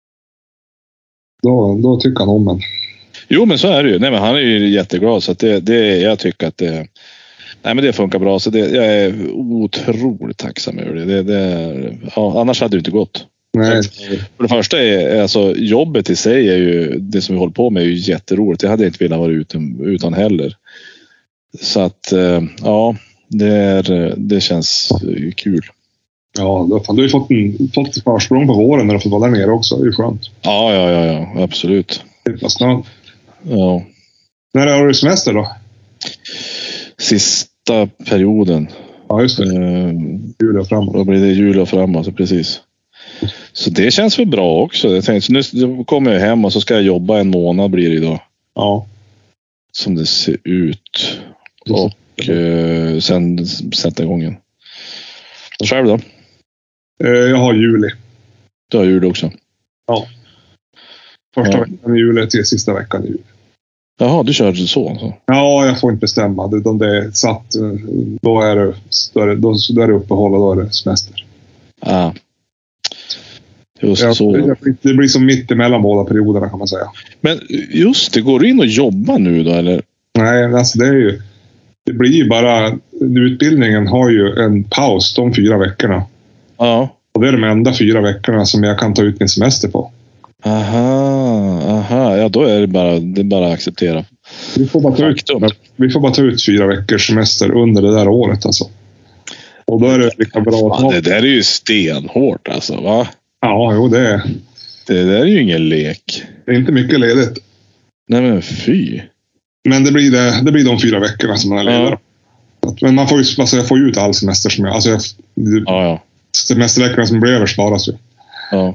Då tycker han om en. Jo, men så är det ju. Nej, men han är ju jätteglad, så att jag tycker att det... Nej, men det funkar bra, så jag är otroligt tacksam över det. Annars hade det inte gått. Nej. För det första är alltså jobbet i sig är ju det som vi håller på med är ju jätteroligt. Jag hade inte velat vara utan heller. Så att det känns kul. Ja, du har ju fått försprång på våren när du får vara där nere också. Det är ju skönt. Ja, absolut. Ja. När har du semester då? Sista perioden. Ja, just det. Jul och framåt. Då blir det jul och framåt, precis. Så det känns väl bra också. Jag tänkte, nu kommer jag hem och så ska jag jobba en månad blir det idag. Ja. Som det ser ut. Och sen sätta igång igen. Själv då? Jag har juli. Du har juli också? Ja. Första veckan i juli till sista veckan i juli. Jaha, du kör så alltså. Ja, jag får inte bestämma. Det är satt, då är det uppehåll och då är det semester. Ja. Just så. Det blir som mitt emellan båda perioderna kan man säga. Men just det, går du in och jobbar nu då eller? Nej, alltså det blir ju bara, utbildningen har ju en paus de 4 veckorna. Ja. Och det är de enda 4 veckorna som jag kan ta ut min semester på. Aha. Ja, då är det bara att acceptera. Vi får bara ta ut 4 veckors semester under det där året alltså. Och då är det lika bra att ha. Det där är ju stenhårt alltså, va? Ja, jo det är. Det där är ju ingen lek. Det är inte mycket ledigt. Nej men fy. Men det blir de 4 veckorna som man är ledig. Men man får ju få ut all semester som jag... Semesterveckorna som blir över sparas ju. Ja.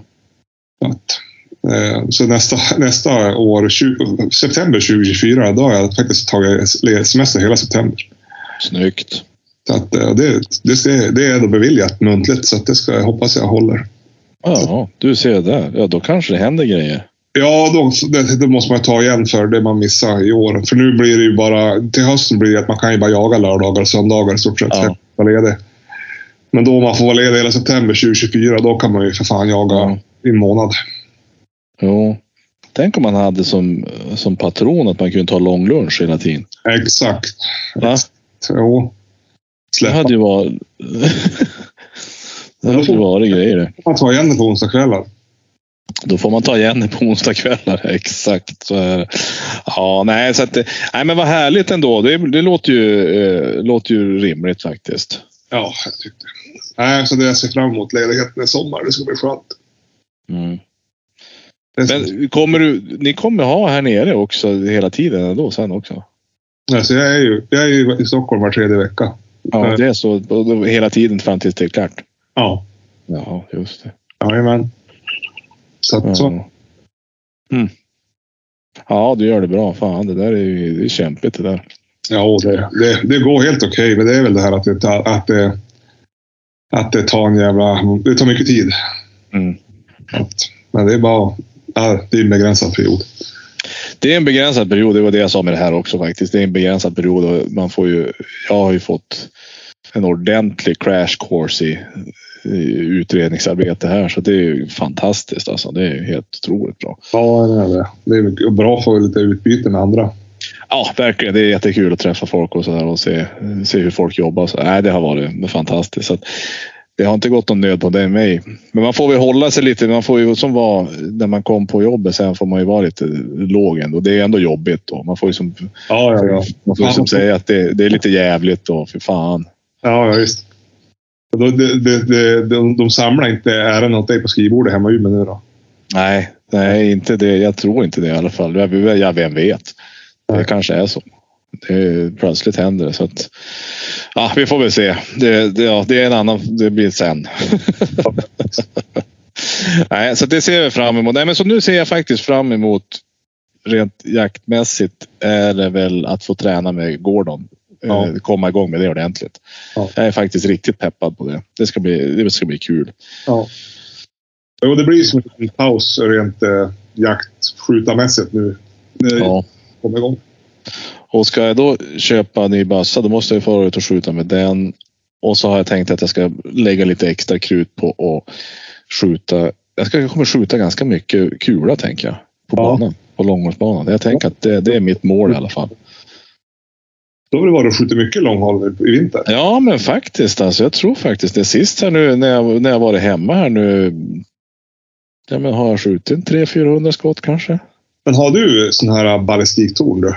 Så nästa år, september 2024, då har jag faktiskt tagit semester hela september. Snyggt. Så att, det är då beviljat muntligt, så att det ska jag hoppas jag håller. Ja, du ser där. Ja, då kanske det händer grejer. Ja, då måste man ta igen för det man missar i år. För nu blir det ju bara, till hösten blir det att man kan ju bara jaga lördagar och söndagar i stort sett. Vara ledig. Men då man får vara ledig hela september 2024, då kan man ju för fan jaga i en månad. Jo. Tänk om man hade som patron att man kunde ta lång lunch hela tiden. Exakt. Va? Jo. Det hade ju varit... det hade ju varit grejer det. Man tar igen det på onsdagskvällar. Då får man ta igen det på onsdagskvällar. Exakt. Så är det. Ja, nej, så att, nej, men vad härligt ändå. Det låter ju rimligt faktiskt. Ja, jag tycker det. Nej, så det jag ser fram emot ledigheten i sommar. Det ska bli skönt. Mm. Men ni kommer ha här nere också hela tiden då sen också? Alltså jag är ju i Stockholm var 3:e vecka. Ja, det är så hela tiden fram tills det är klart. Ja. Ja, just det. Jajamän. Så. Mm. Ja, du gör det bra. Fan, det där är kämpigt det där. Ja, det går helt okej. Men det är väl det här att det tar det tar mycket tid. Mm. Men det är bara det är en begränsad period. Det är en begränsad period. Det var det jag sa med det här också faktiskt. Det är en begränsad period och jag har ju fått en ordentlig crash course i utredningsarbete här, så det är ju fantastiskt alltså. Det är ju helt otroligt bra. Ja, det är bra att få lite utbyte med andra. Ja, verkligen. Det är jättekul att träffa folk och sådär och se hur folk jobbar. Så, det har varit fantastiskt. Så att, det har inte gått någon nöd på det mig. Men man får väl hålla sig lite. Man får ju som var när man kom på jobbet, sen får man ju vara lite låg ändå. Det är ändå jobbigt då. Man får ju som man får som säga att det är lite jävligt då, för fan. Ja, visst. De samlar inte ärenden åt dig på skrivbordet hemma i Umeå nu då? Nej, inte det. Jag tror inte det i alla fall. Vem vet. Det kanske är så. Det plötsligt händer det. Så att, Ja, vi får väl se. Det är en annan, det blir sen. Nej, så det ser jag fram emot. Nej, men så nu ser jag faktiskt fram emot, rent jaktmässigt, är det väl att få träna med Gordon. Komma igång med det ordentligt. Ja. Jag är faktiskt riktigt peppad på det. Det ska bli kul. Ja. Och det blir som en paus rent jaktskjutarmässigt nu. Ja. Kommer igång. Och ska jag då köpa en ny bössa, då måste jag få ut och skjuta med den. Och så har jag tänkt att jag ska lägga lite extra krut på och skjuta. Jag kommer skjuta ganska mycket kula, tänker jag. På banan, på långhållsbanan. Jag tänker att det är mitt mål i alla fall. Då vill det vara att skjuta mycket långhåll i vinter. Ja, men faktiskt. Alltså, jag tror faktiskt det. Sist här nu när jag varit hemma här nu. Ja, men har jag skjutit 300-400 skott kanske? Men har du sån här ballistiktorn då?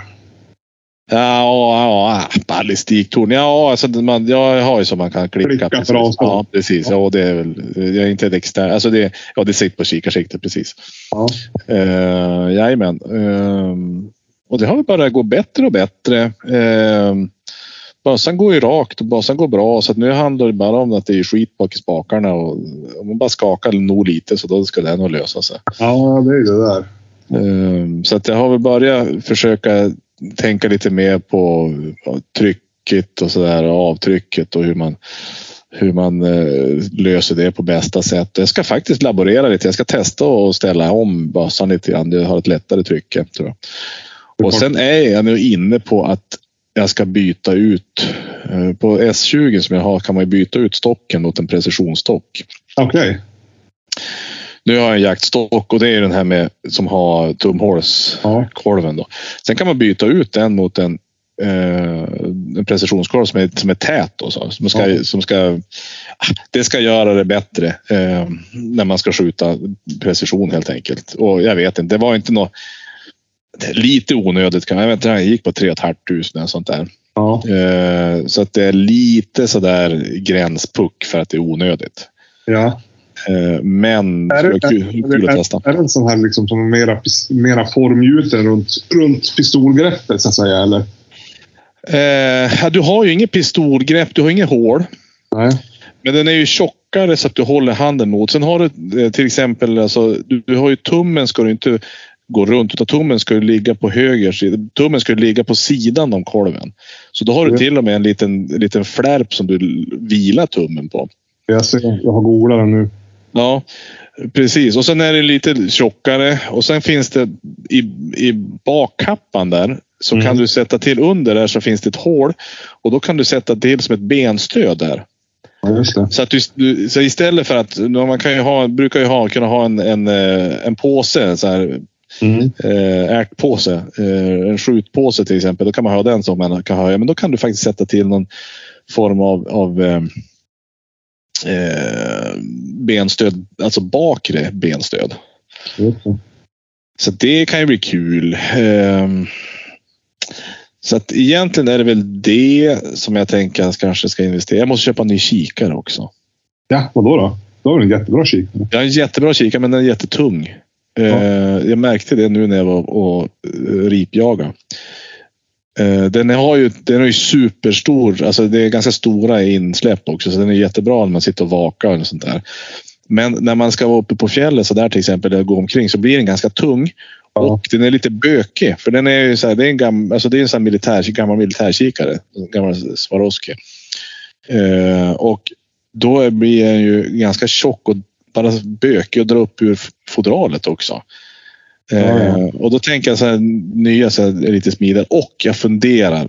Ja, ballistiktorn. Ja, alltså jag har ju som man kan klicka precis. Ja, precis. Ja, det är väl, jag är inte ett extern. Alltså det sitter på kikarsiktet precis. Ja. Jajamän. Och det har väl bara gått bättre och bättre. Bössan går ju rakt och bössan går bra, så att nu handlar det bara om att det är skit bak i spakarna, och om man bara skakar nog lite så då ska det nog lösa sig. Ja, det är det där. Så att jag har väl börjat försöka tänka lite mer på trycket och sådär, avtrycket och hur man löser det på bästa sätt. Jag ska faktiskt laborera lite. Jag ska testa och ställa om bössan lite grann. Det har ett lättare tryck, tror jag. Och sen är jag nu inne på att jag ska byta ut på S20 som jag har, kan man ju byta ut stocken mot en precisionsstock. Okej. Okay. Nu har jag en jaktstock och det är den här med som har tumhålskolven då. Sen kan man byta ut den mot en precisionskolv som är tät då, så som ska det ska göra det bättre när man ska skjuta precision helt enkelt. Och jag vet inte, det var inte något lite onödigt, jag vet inte, jag gick på 3 500 och sånt där. Ja. Så att det är lite så där gränspuck för att det är onödigt. Ja. Men är det kul att testa. Är det en sån här liksom som mera formgjuten runt pistolgreppet så att säga, eller? Du har ju inget pistolgrepp, du har inget hål. Nej. Men den är ju tjockare så att du håller handen mot. Sen har du till exempel, alltså, du har ju tummen, ska du inte gå runt, utan tummen ska ju ligga på höger sida. Tummen ska ju ligga på sidan om kolven. Så då har du till och med en liten flärp som du vilar tummen på. Jag ser, jag har googlat den nu. Ja, precis. Och sen är det lite tjockare. Och sen finns det i bakkappan där, så kan du sätta till under där, så finns det ett hål. Och då kan du sätta till som ett benstöd där. Ja, just det. Så att så istället för att man kan ju kunna ha en påse så här, ärtpåse, en skjutpåse till exempel, då kan man ha den som man kan ha, men då kan du faktiskt sätta till någon form av benstöd, alltså bakre benstöd. Så det kan ju bli kul. Så att egentligen är det väl det som jag tänker att jag kanske ska investera. Jag måste köpa en ny kikare också. Ja, vadå då? Då har du en jättebra kikare. Jag har en jättebra kikare, men den är jättetung. Jag märkte det nu när jag var och ripjaga. Den är ju superstor, alltså det är ganska stora insläpp också, så den är jättebra när man sitter och vakar och sånt där. Men när man ska vara uppe på fjället så där till exempel, eller gå omkring, så blir den ganska tung. Och den är lite bökig, för den är ju så här, det är en sån gammal militärkikare, gammal Swarovski. Och då blir den ju ganska tjock och bara bökig och dra upp ur fodralet också. Och då tänker jag så här, nya så här, är lite smidigare, och jag funderar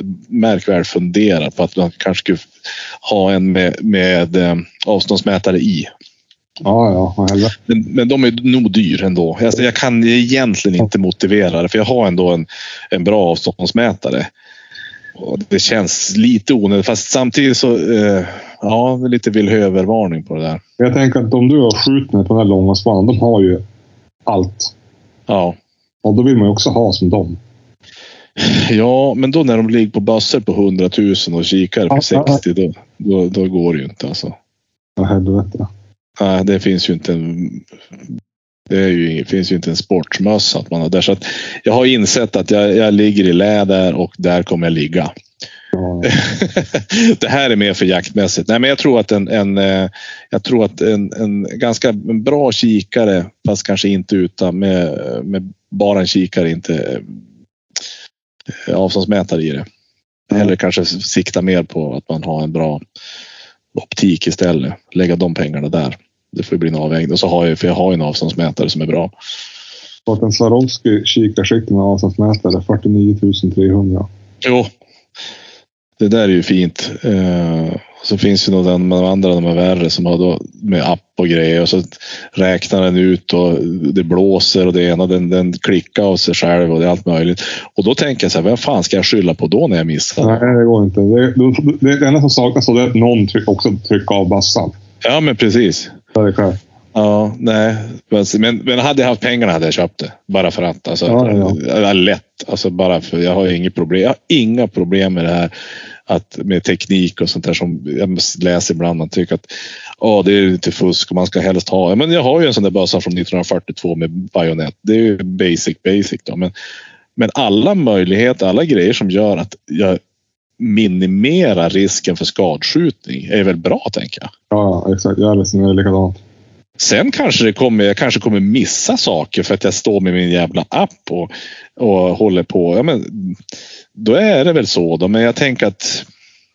på att man kanske skulle ha en med avståndsmätare i. Ja. Men de är nog dyr ändå. Jag kan egentligen inte motivera det, för jag har ändå en bra avståndsmätare. Och det känns lite onödigt, fast samtidigt så det är lite villhövervarning på det där. Jag tänker att om du har skjutit på den här långa span, de har ju allt. Ja. Och då vill man ju också ha som dem. Ja, men då när de ligger på bössor på 100 000 och kikar på 60, då går det ju inte alltså. Ja, helvete. Nej, det finns ju inte finns ju inte en sportsmössa att man har där, så att jag har insett att jag ligger i läder och där kommer jag ligga. Det här är mer för jaktmässigt. Nej, men jag tror att en ganska bra kikare, fast kanske inte utan med bara en kikare, inte avståndsmätare i det. Eller kanske sikta mer på att man har en bra optik istället. Lägga de pengarna där. Det får bli en avvägning. Och så har jag en avståndsmätare som är bra. Och en Swarovski kikarsikten med avståndsmätare 49 300. Jo, det där är ju fint. Så finns ju nog de andra, de är värre, som har då med app och grejer, och så räknar den ut och det blåser och det ena, den klickar av sig själv och det är allt möjligt. Och då tänker jag så här, vem fan ska jag skylla på då när jag missar? Nej, det går inte. Det enda som saknas är att någon trycker av bassan. Ja, men precis. Det är klart. Ja, nej. Men hade jag haft pengarna hade jag köpt det. Bara för att. Alltså, ja. Lätt. Alltså bara för jag har inget problem. Jag har inga problem med det här. Med teknik och sånt där som jag läser ibland. Man tycker att det är lite fusk och man ska helst ha. Men jag har ju en sån där bössa från 1942 med bajonett. Det är ju basic då. Men alla möjligheter, alla grejer som gör att jag minimerar risken för skadskjutning är väl bra, tänker jag. Ja, exakt. Jag resonerar likadant. Sen kanske jag kanske kommer missa saker för att jag står med min jävla app och håller på. Ja, men då är det väl så då. Men jag tänker att...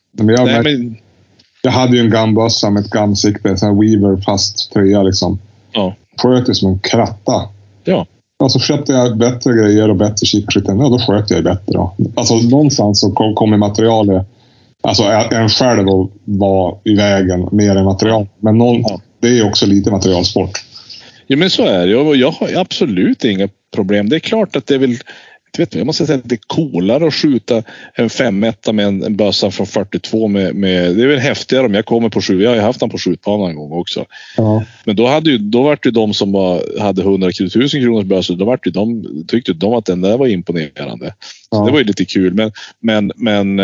Jag hade ju en gambössa med ett gamsikte. En sån här Weaver fast tröja liksom. Ja. Sköt det som en kratta. Ja. Och så köpte jag bättre grejer och bättre kikskiten. Och då sköt jag bättre då. Alltså någonstans så kommer materialet... Alltså en själv var i vägen mer än material. Men det är också lite materialsport. Ja, men så är det. Jag har absolut inga problem. Det är klart att det är väl... Jag måste säga att det är coolare att skjuta en 5-1 med en bössa från 42 med... Det är väl häftigare om jag kommer på skjut. Jag har ju haft den på skjutbanan en gång också. Ja. Men då var det ju de som hade 100 000 kronors bössor. Då tyckte de att den där var imponerande. Ja. Så det var ju lite kul. Men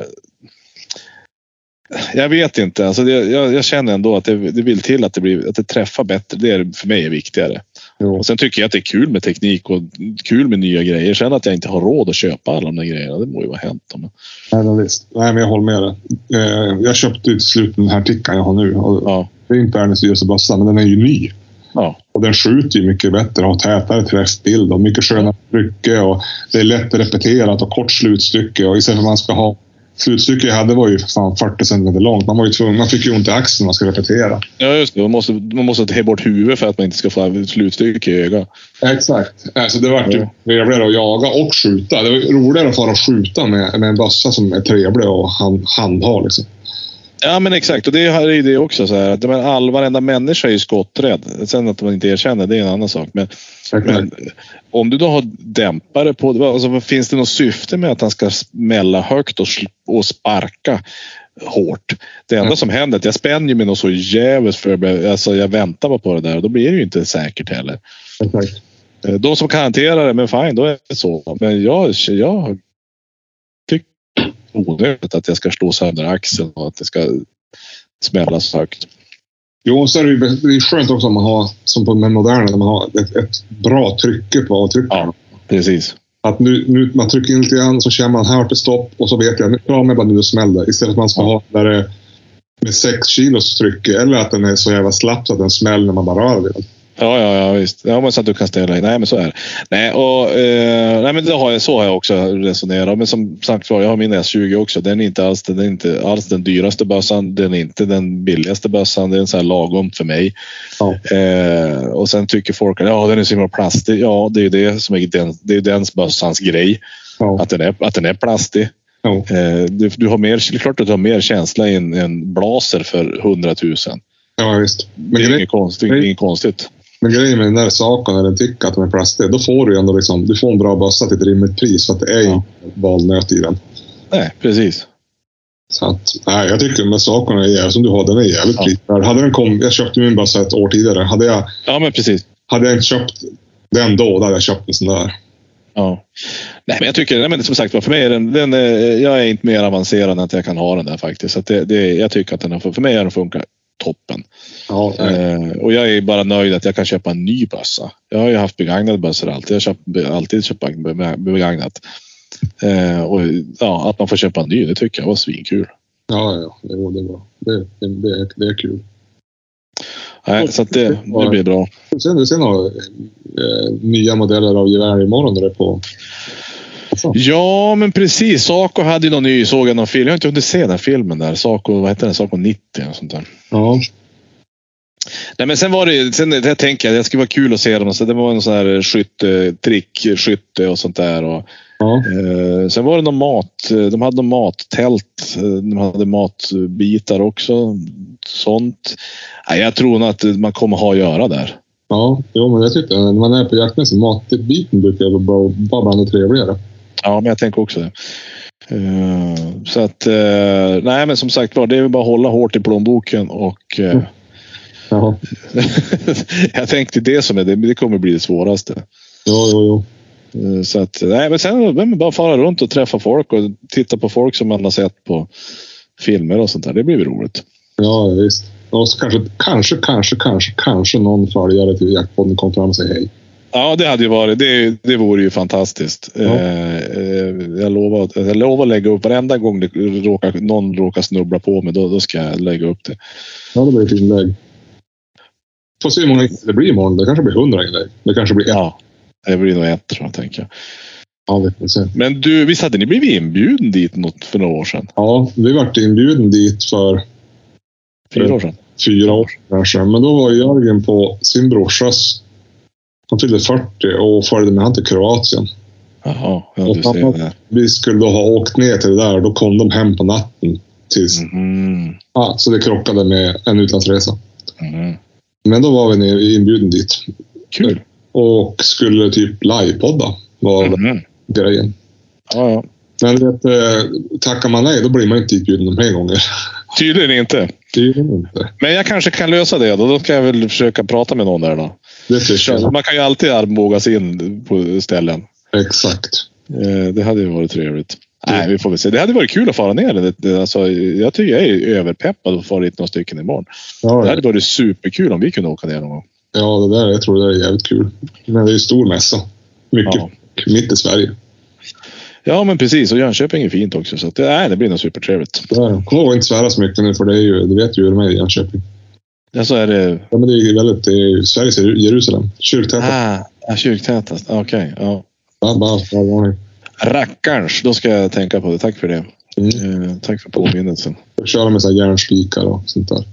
jag vet inte. Alltså jag känner ändå att det vill till att det träffar bättre. Det är för mig är viktigare. Jo. Och sen tycker jag att det är kul med teknik och kul med nya grejer. Sen att jag inte har råd att köpa alla de där grejerna, det må ju vara hänt. Nej, visst. Nej, men jag håller med dig. Jag köpte till slut den här tickan jag har nu. Och det är inte världens dyraste bössa, men den är ju ny. Ja. Och den skjuter ju mycket bättre och tätare träffbild och mycket skönare trycke och det är lätt repeterat och kort slutstycke. Och istället för att man ska ha slutstycket jag hade var ju fan 40 cm långt. Man fick ju ont i axeln när man ska repetera. Ja, just det. Man måste ta bort huvudet för att man inte ska få slutstycke i ögat. Exakt. Alltså det var ju trevligare att jaga och skjuta. Det var roligare att fara och skjuta med en bössa som är trevlig och handha liksom. Ja, men exakt. Och det är det också så här att varenda människa är ju skotträdd. Sen att man inte erkänner, det är en annan sak. Men om du då har dämpare på, alltså finns det något syfte med att han ska smälla högt och sparka hårt? Det enda som händer är att jag spänner mig något så jävligt för jag väntar på det där och då blir det ju inte säkert heller. Exakt. De som kan hantera det, men fine, då är det så. Men jag tycker onödigt att jag ska stå sönder axeln och att det ska smällas högt. Jo, så är det är skönt också om man har, som på den moderna, när man har ett bra trycke på avtrycket. Ja, precis. Att nu man trycker in lite grann så känner man här till stopp och så vet jag, nu klarar man bara nu det smäller. Istället för att man ska ha där det med 6 kilos trycke eller att den är så jävla slapp så att den smäller när man bara rör vid den. Ja, visst. Ja, men så att du kan ställa in. Nej, men så är det. Nej, men så har jag också resonerat. Men som sagt var, jag har min S20 också. Den är inte alls den dyraste bössan. Den är inte den billigaste bössan. Det är en sån här lagom för mig. Ja. Och sen tycker folk att den är så himla plastig. Ja, det är det som är den bössans grej. Ja. Att den är plastig. Ja. Du har mer, klart att du har mer känsla i en blaser för 100 000. Ja, visst. Men det är inget konstigt. Men grejen med den där saken när den tycker att den är plastig, då får du ändå liksom, du får en bra bössa till ett rimligt pris för att det är ju valnöt i den. Nej, precis. Så att, nej, jag tycker med sakerna är som du har, den är jävligt prisvärd. Hade den kommit, jag köpte min bössa ett år tidigare. Men precis. Hade jag inte köpt den då hade jag köpt en sån där. Ja. Nej, men jag tycker, men som sagt, för mig är den jag är inte mer avancerad än att jag kan ha den där faktiskt. Så att jag tycker att den för mig är den funkar toppen. Ja, och jag är bara nöjd att jag kan köpa en ny bössa. Jag har ju haft begagnade bössor alltid. Jag har alltid köpt begagnat. Och ja, att man får köpa en ny, det tycker jag var svinkul. Ja, det var bra. Det är kul. Nej, så att det blir bra. Sen har nya modeller av gevär imorgon där på. Alltså. Ja, men precis. Saco hade ju någon ny, såg jag någon film. Jag har inte hunnit se den här filmen där. Saco, vad heter den? Saco 90 och sånt där. Ja. Nej, men sen var det tänker jag, det skulle vara kul att se dem. Så det var en sån här skytte och sånt där. Och, ja. Sen var det någon mat. De hade någon mattält. De hade matbitar också. Sånt. Nej, jag tror nog att man kommer ha att göra där. Ja, men jag tycker när man är på jaktmässigt matbiten brukar det vara bland det trevligare. Ja, men jag tänker också det. Så att nej, men som sagt var, det är bara att hålla hårt i plånboken och ja. jag tänkte det som är det kommer bli det svåraste. Jo. Så att nej, men sen bara fara runt och träffa folk och titta på folk som man har sett på filmer och sånt där. Det blir ju roligt. Ja, visst. Och så kanske någon följare till Jaktpodden kom fram och säger hej. Ja, det hade ju varit. Det vore ju fantastiskt. Ja. Jag lovar att lägga upp varenda gång någon råkar snubbla på mig. Då ska jag lägga upp det. Ja, det blir ett inlägg. Får se hur många det blir imorgon. Det kanske blir 100 inlägg. Det kanske blir 1. Ja, det blir nog 1 tror jag, tänker jag. Ja, det får se. Men du, visst hade ni blivit inbjuden dit för några år sedan? Ja, vi vart inbjuden dit för 4 år sedan. 4 år sedan. Men då var Jörgen på sin brorsas. Han fyllde 40 och följde med han till Kroatien. Jaha, ja, du ser det. Vi skulle då ha åkt ner till det där. Då kom de hem på natten. Ja, så det krockade med en utlandsresa. Men då var vi inbjuden dit. Kul. Och skulle typ livepodda var grejen. Ja. Men tackar man nej, då blir man inte inbjuden de här gånger. Tydligen inte. Men jag kanske kan lösa det då. Då kan jag väl försöka prata med någon där då. Man kan ju alltid armbågas in på ställen. Exakt. Det hade ju varit trevligt. Nej, vi får väl se. Det hade varit kul att fara ner. Alltså, jag tycker jag är överpeppad att fara dit några stycken imorgon. Ja, det hade varit superkul om vi kunde åka ner någon gång. Ja, jag tror det är jävligt kul. Men det är ju stor mässa. Mycket mitt i Sverige. Ja, men precis. Och Jönköping är fint också. Så att det blir nog supertrevligt. Ja, kom ihåg inte svära så mycket nu, för det är ju, du vet ju hur de är i Jönköping. Ja, så är det. Ja, men det är ju väldigt, det är ju Sveriges Jerusalem. Kyrktätast. Kyrktätast. Okej, ja. Bara. Rackarns, då ska jag tänka på det. Tack för det. Tack för påminnelsen. Jag kör med så här järnspikar och sånt där.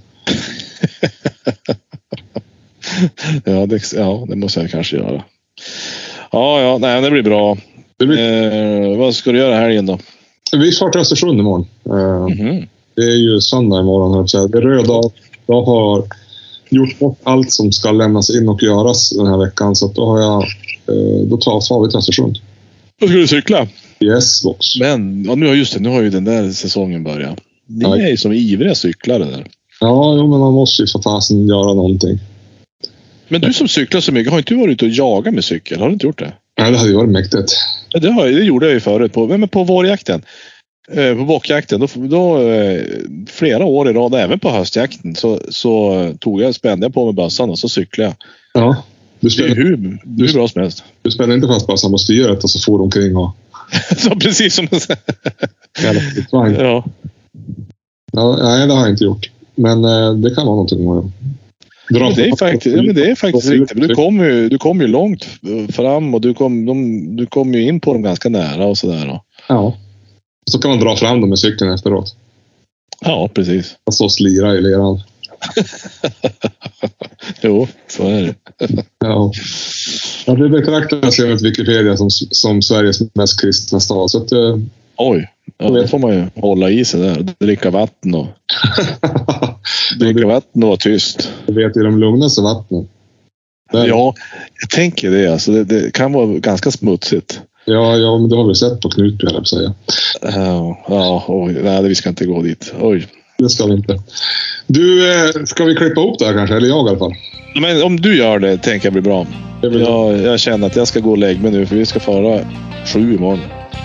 Det måste jag kanske göra. Ja, nej, det blir bra. Vad ska du göra här igen då? Vi far till Östersund imorgon. Det är ju söndag imorgon. Det är röd dag. Jag har gjort bort allt som ska lämnas in och göras den här veckan. Så att då tar vi till Östersund. Då ska du cykla? Yes, box. Men nu har ju den där säsongen börjat. Ni är ju som ivriga cyklare där. Ja, men man måste ju för fasen göra någonting. Men du som cyklar så mycket, har inte du varit ute och jagat med cykel? Har du inte gjort det? Nej, det hade ju varit mäktigt. Ja, det gjorde jag ju förut. På vårjakten. På bockjakten. Då flera år i rad, även på höstjakten, så spände jag på med bössan och så cyklade jag. Ja. Det är hur bra som helst. Du spände inte fast bössan på styret och så får de omkring och... Så precis som du säger. Ja. Nej, det har jag inte gjort. Men det kan vara någonting. Men det är faktiskt riktigt. Du kom ju långt fram och du kom ju in på dem ganska nära och sådär. Ja. Så kan man dra fram dem med cykeln efteråt. Ja, precis. Och så slira i leran. Jo, så är det. Ja. Det betraktas enligt Wikipedia som Sveriges mest kristna stad. Så att, oj, då får man ju hålla i sig där. Dricka vatten och vara tyst. Du vet ju de lugnaste vattnen. Ja, jag tänker det. Alltså, det kan vara ganska smutsigt. Ja, men det har vi sett på Knutby, jag säga. Nej, vi ska inte gå dit. Oj. Det ska vi inte. Du, ska vi klippa upp det här kanske? Eller jag i alla fall. Men om du gör det, tänker jag blir bra. Jag känner att jag ska gå och lägga mig nu, för vi ska fara 7 imorgon.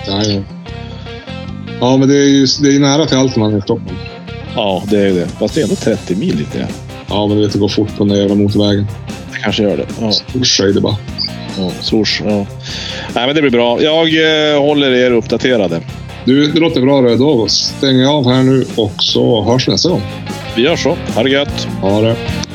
Ja, men det är nära till allt man är i Stockholm. Ja, det är ju det. Fast det är ändå 30 mil lite. Ja, men det går fort på den jävla motorvägen. Det kanske gör det. Ja. Stort är det bara. och swoosh. Ja. Nej, men det blir bra. Jag håller er uppdaterade. Du, det låter bra det. Då stänger jag av här nu och så hörs vi nästa gång. Vi gör så. Ha det gött. Ha det.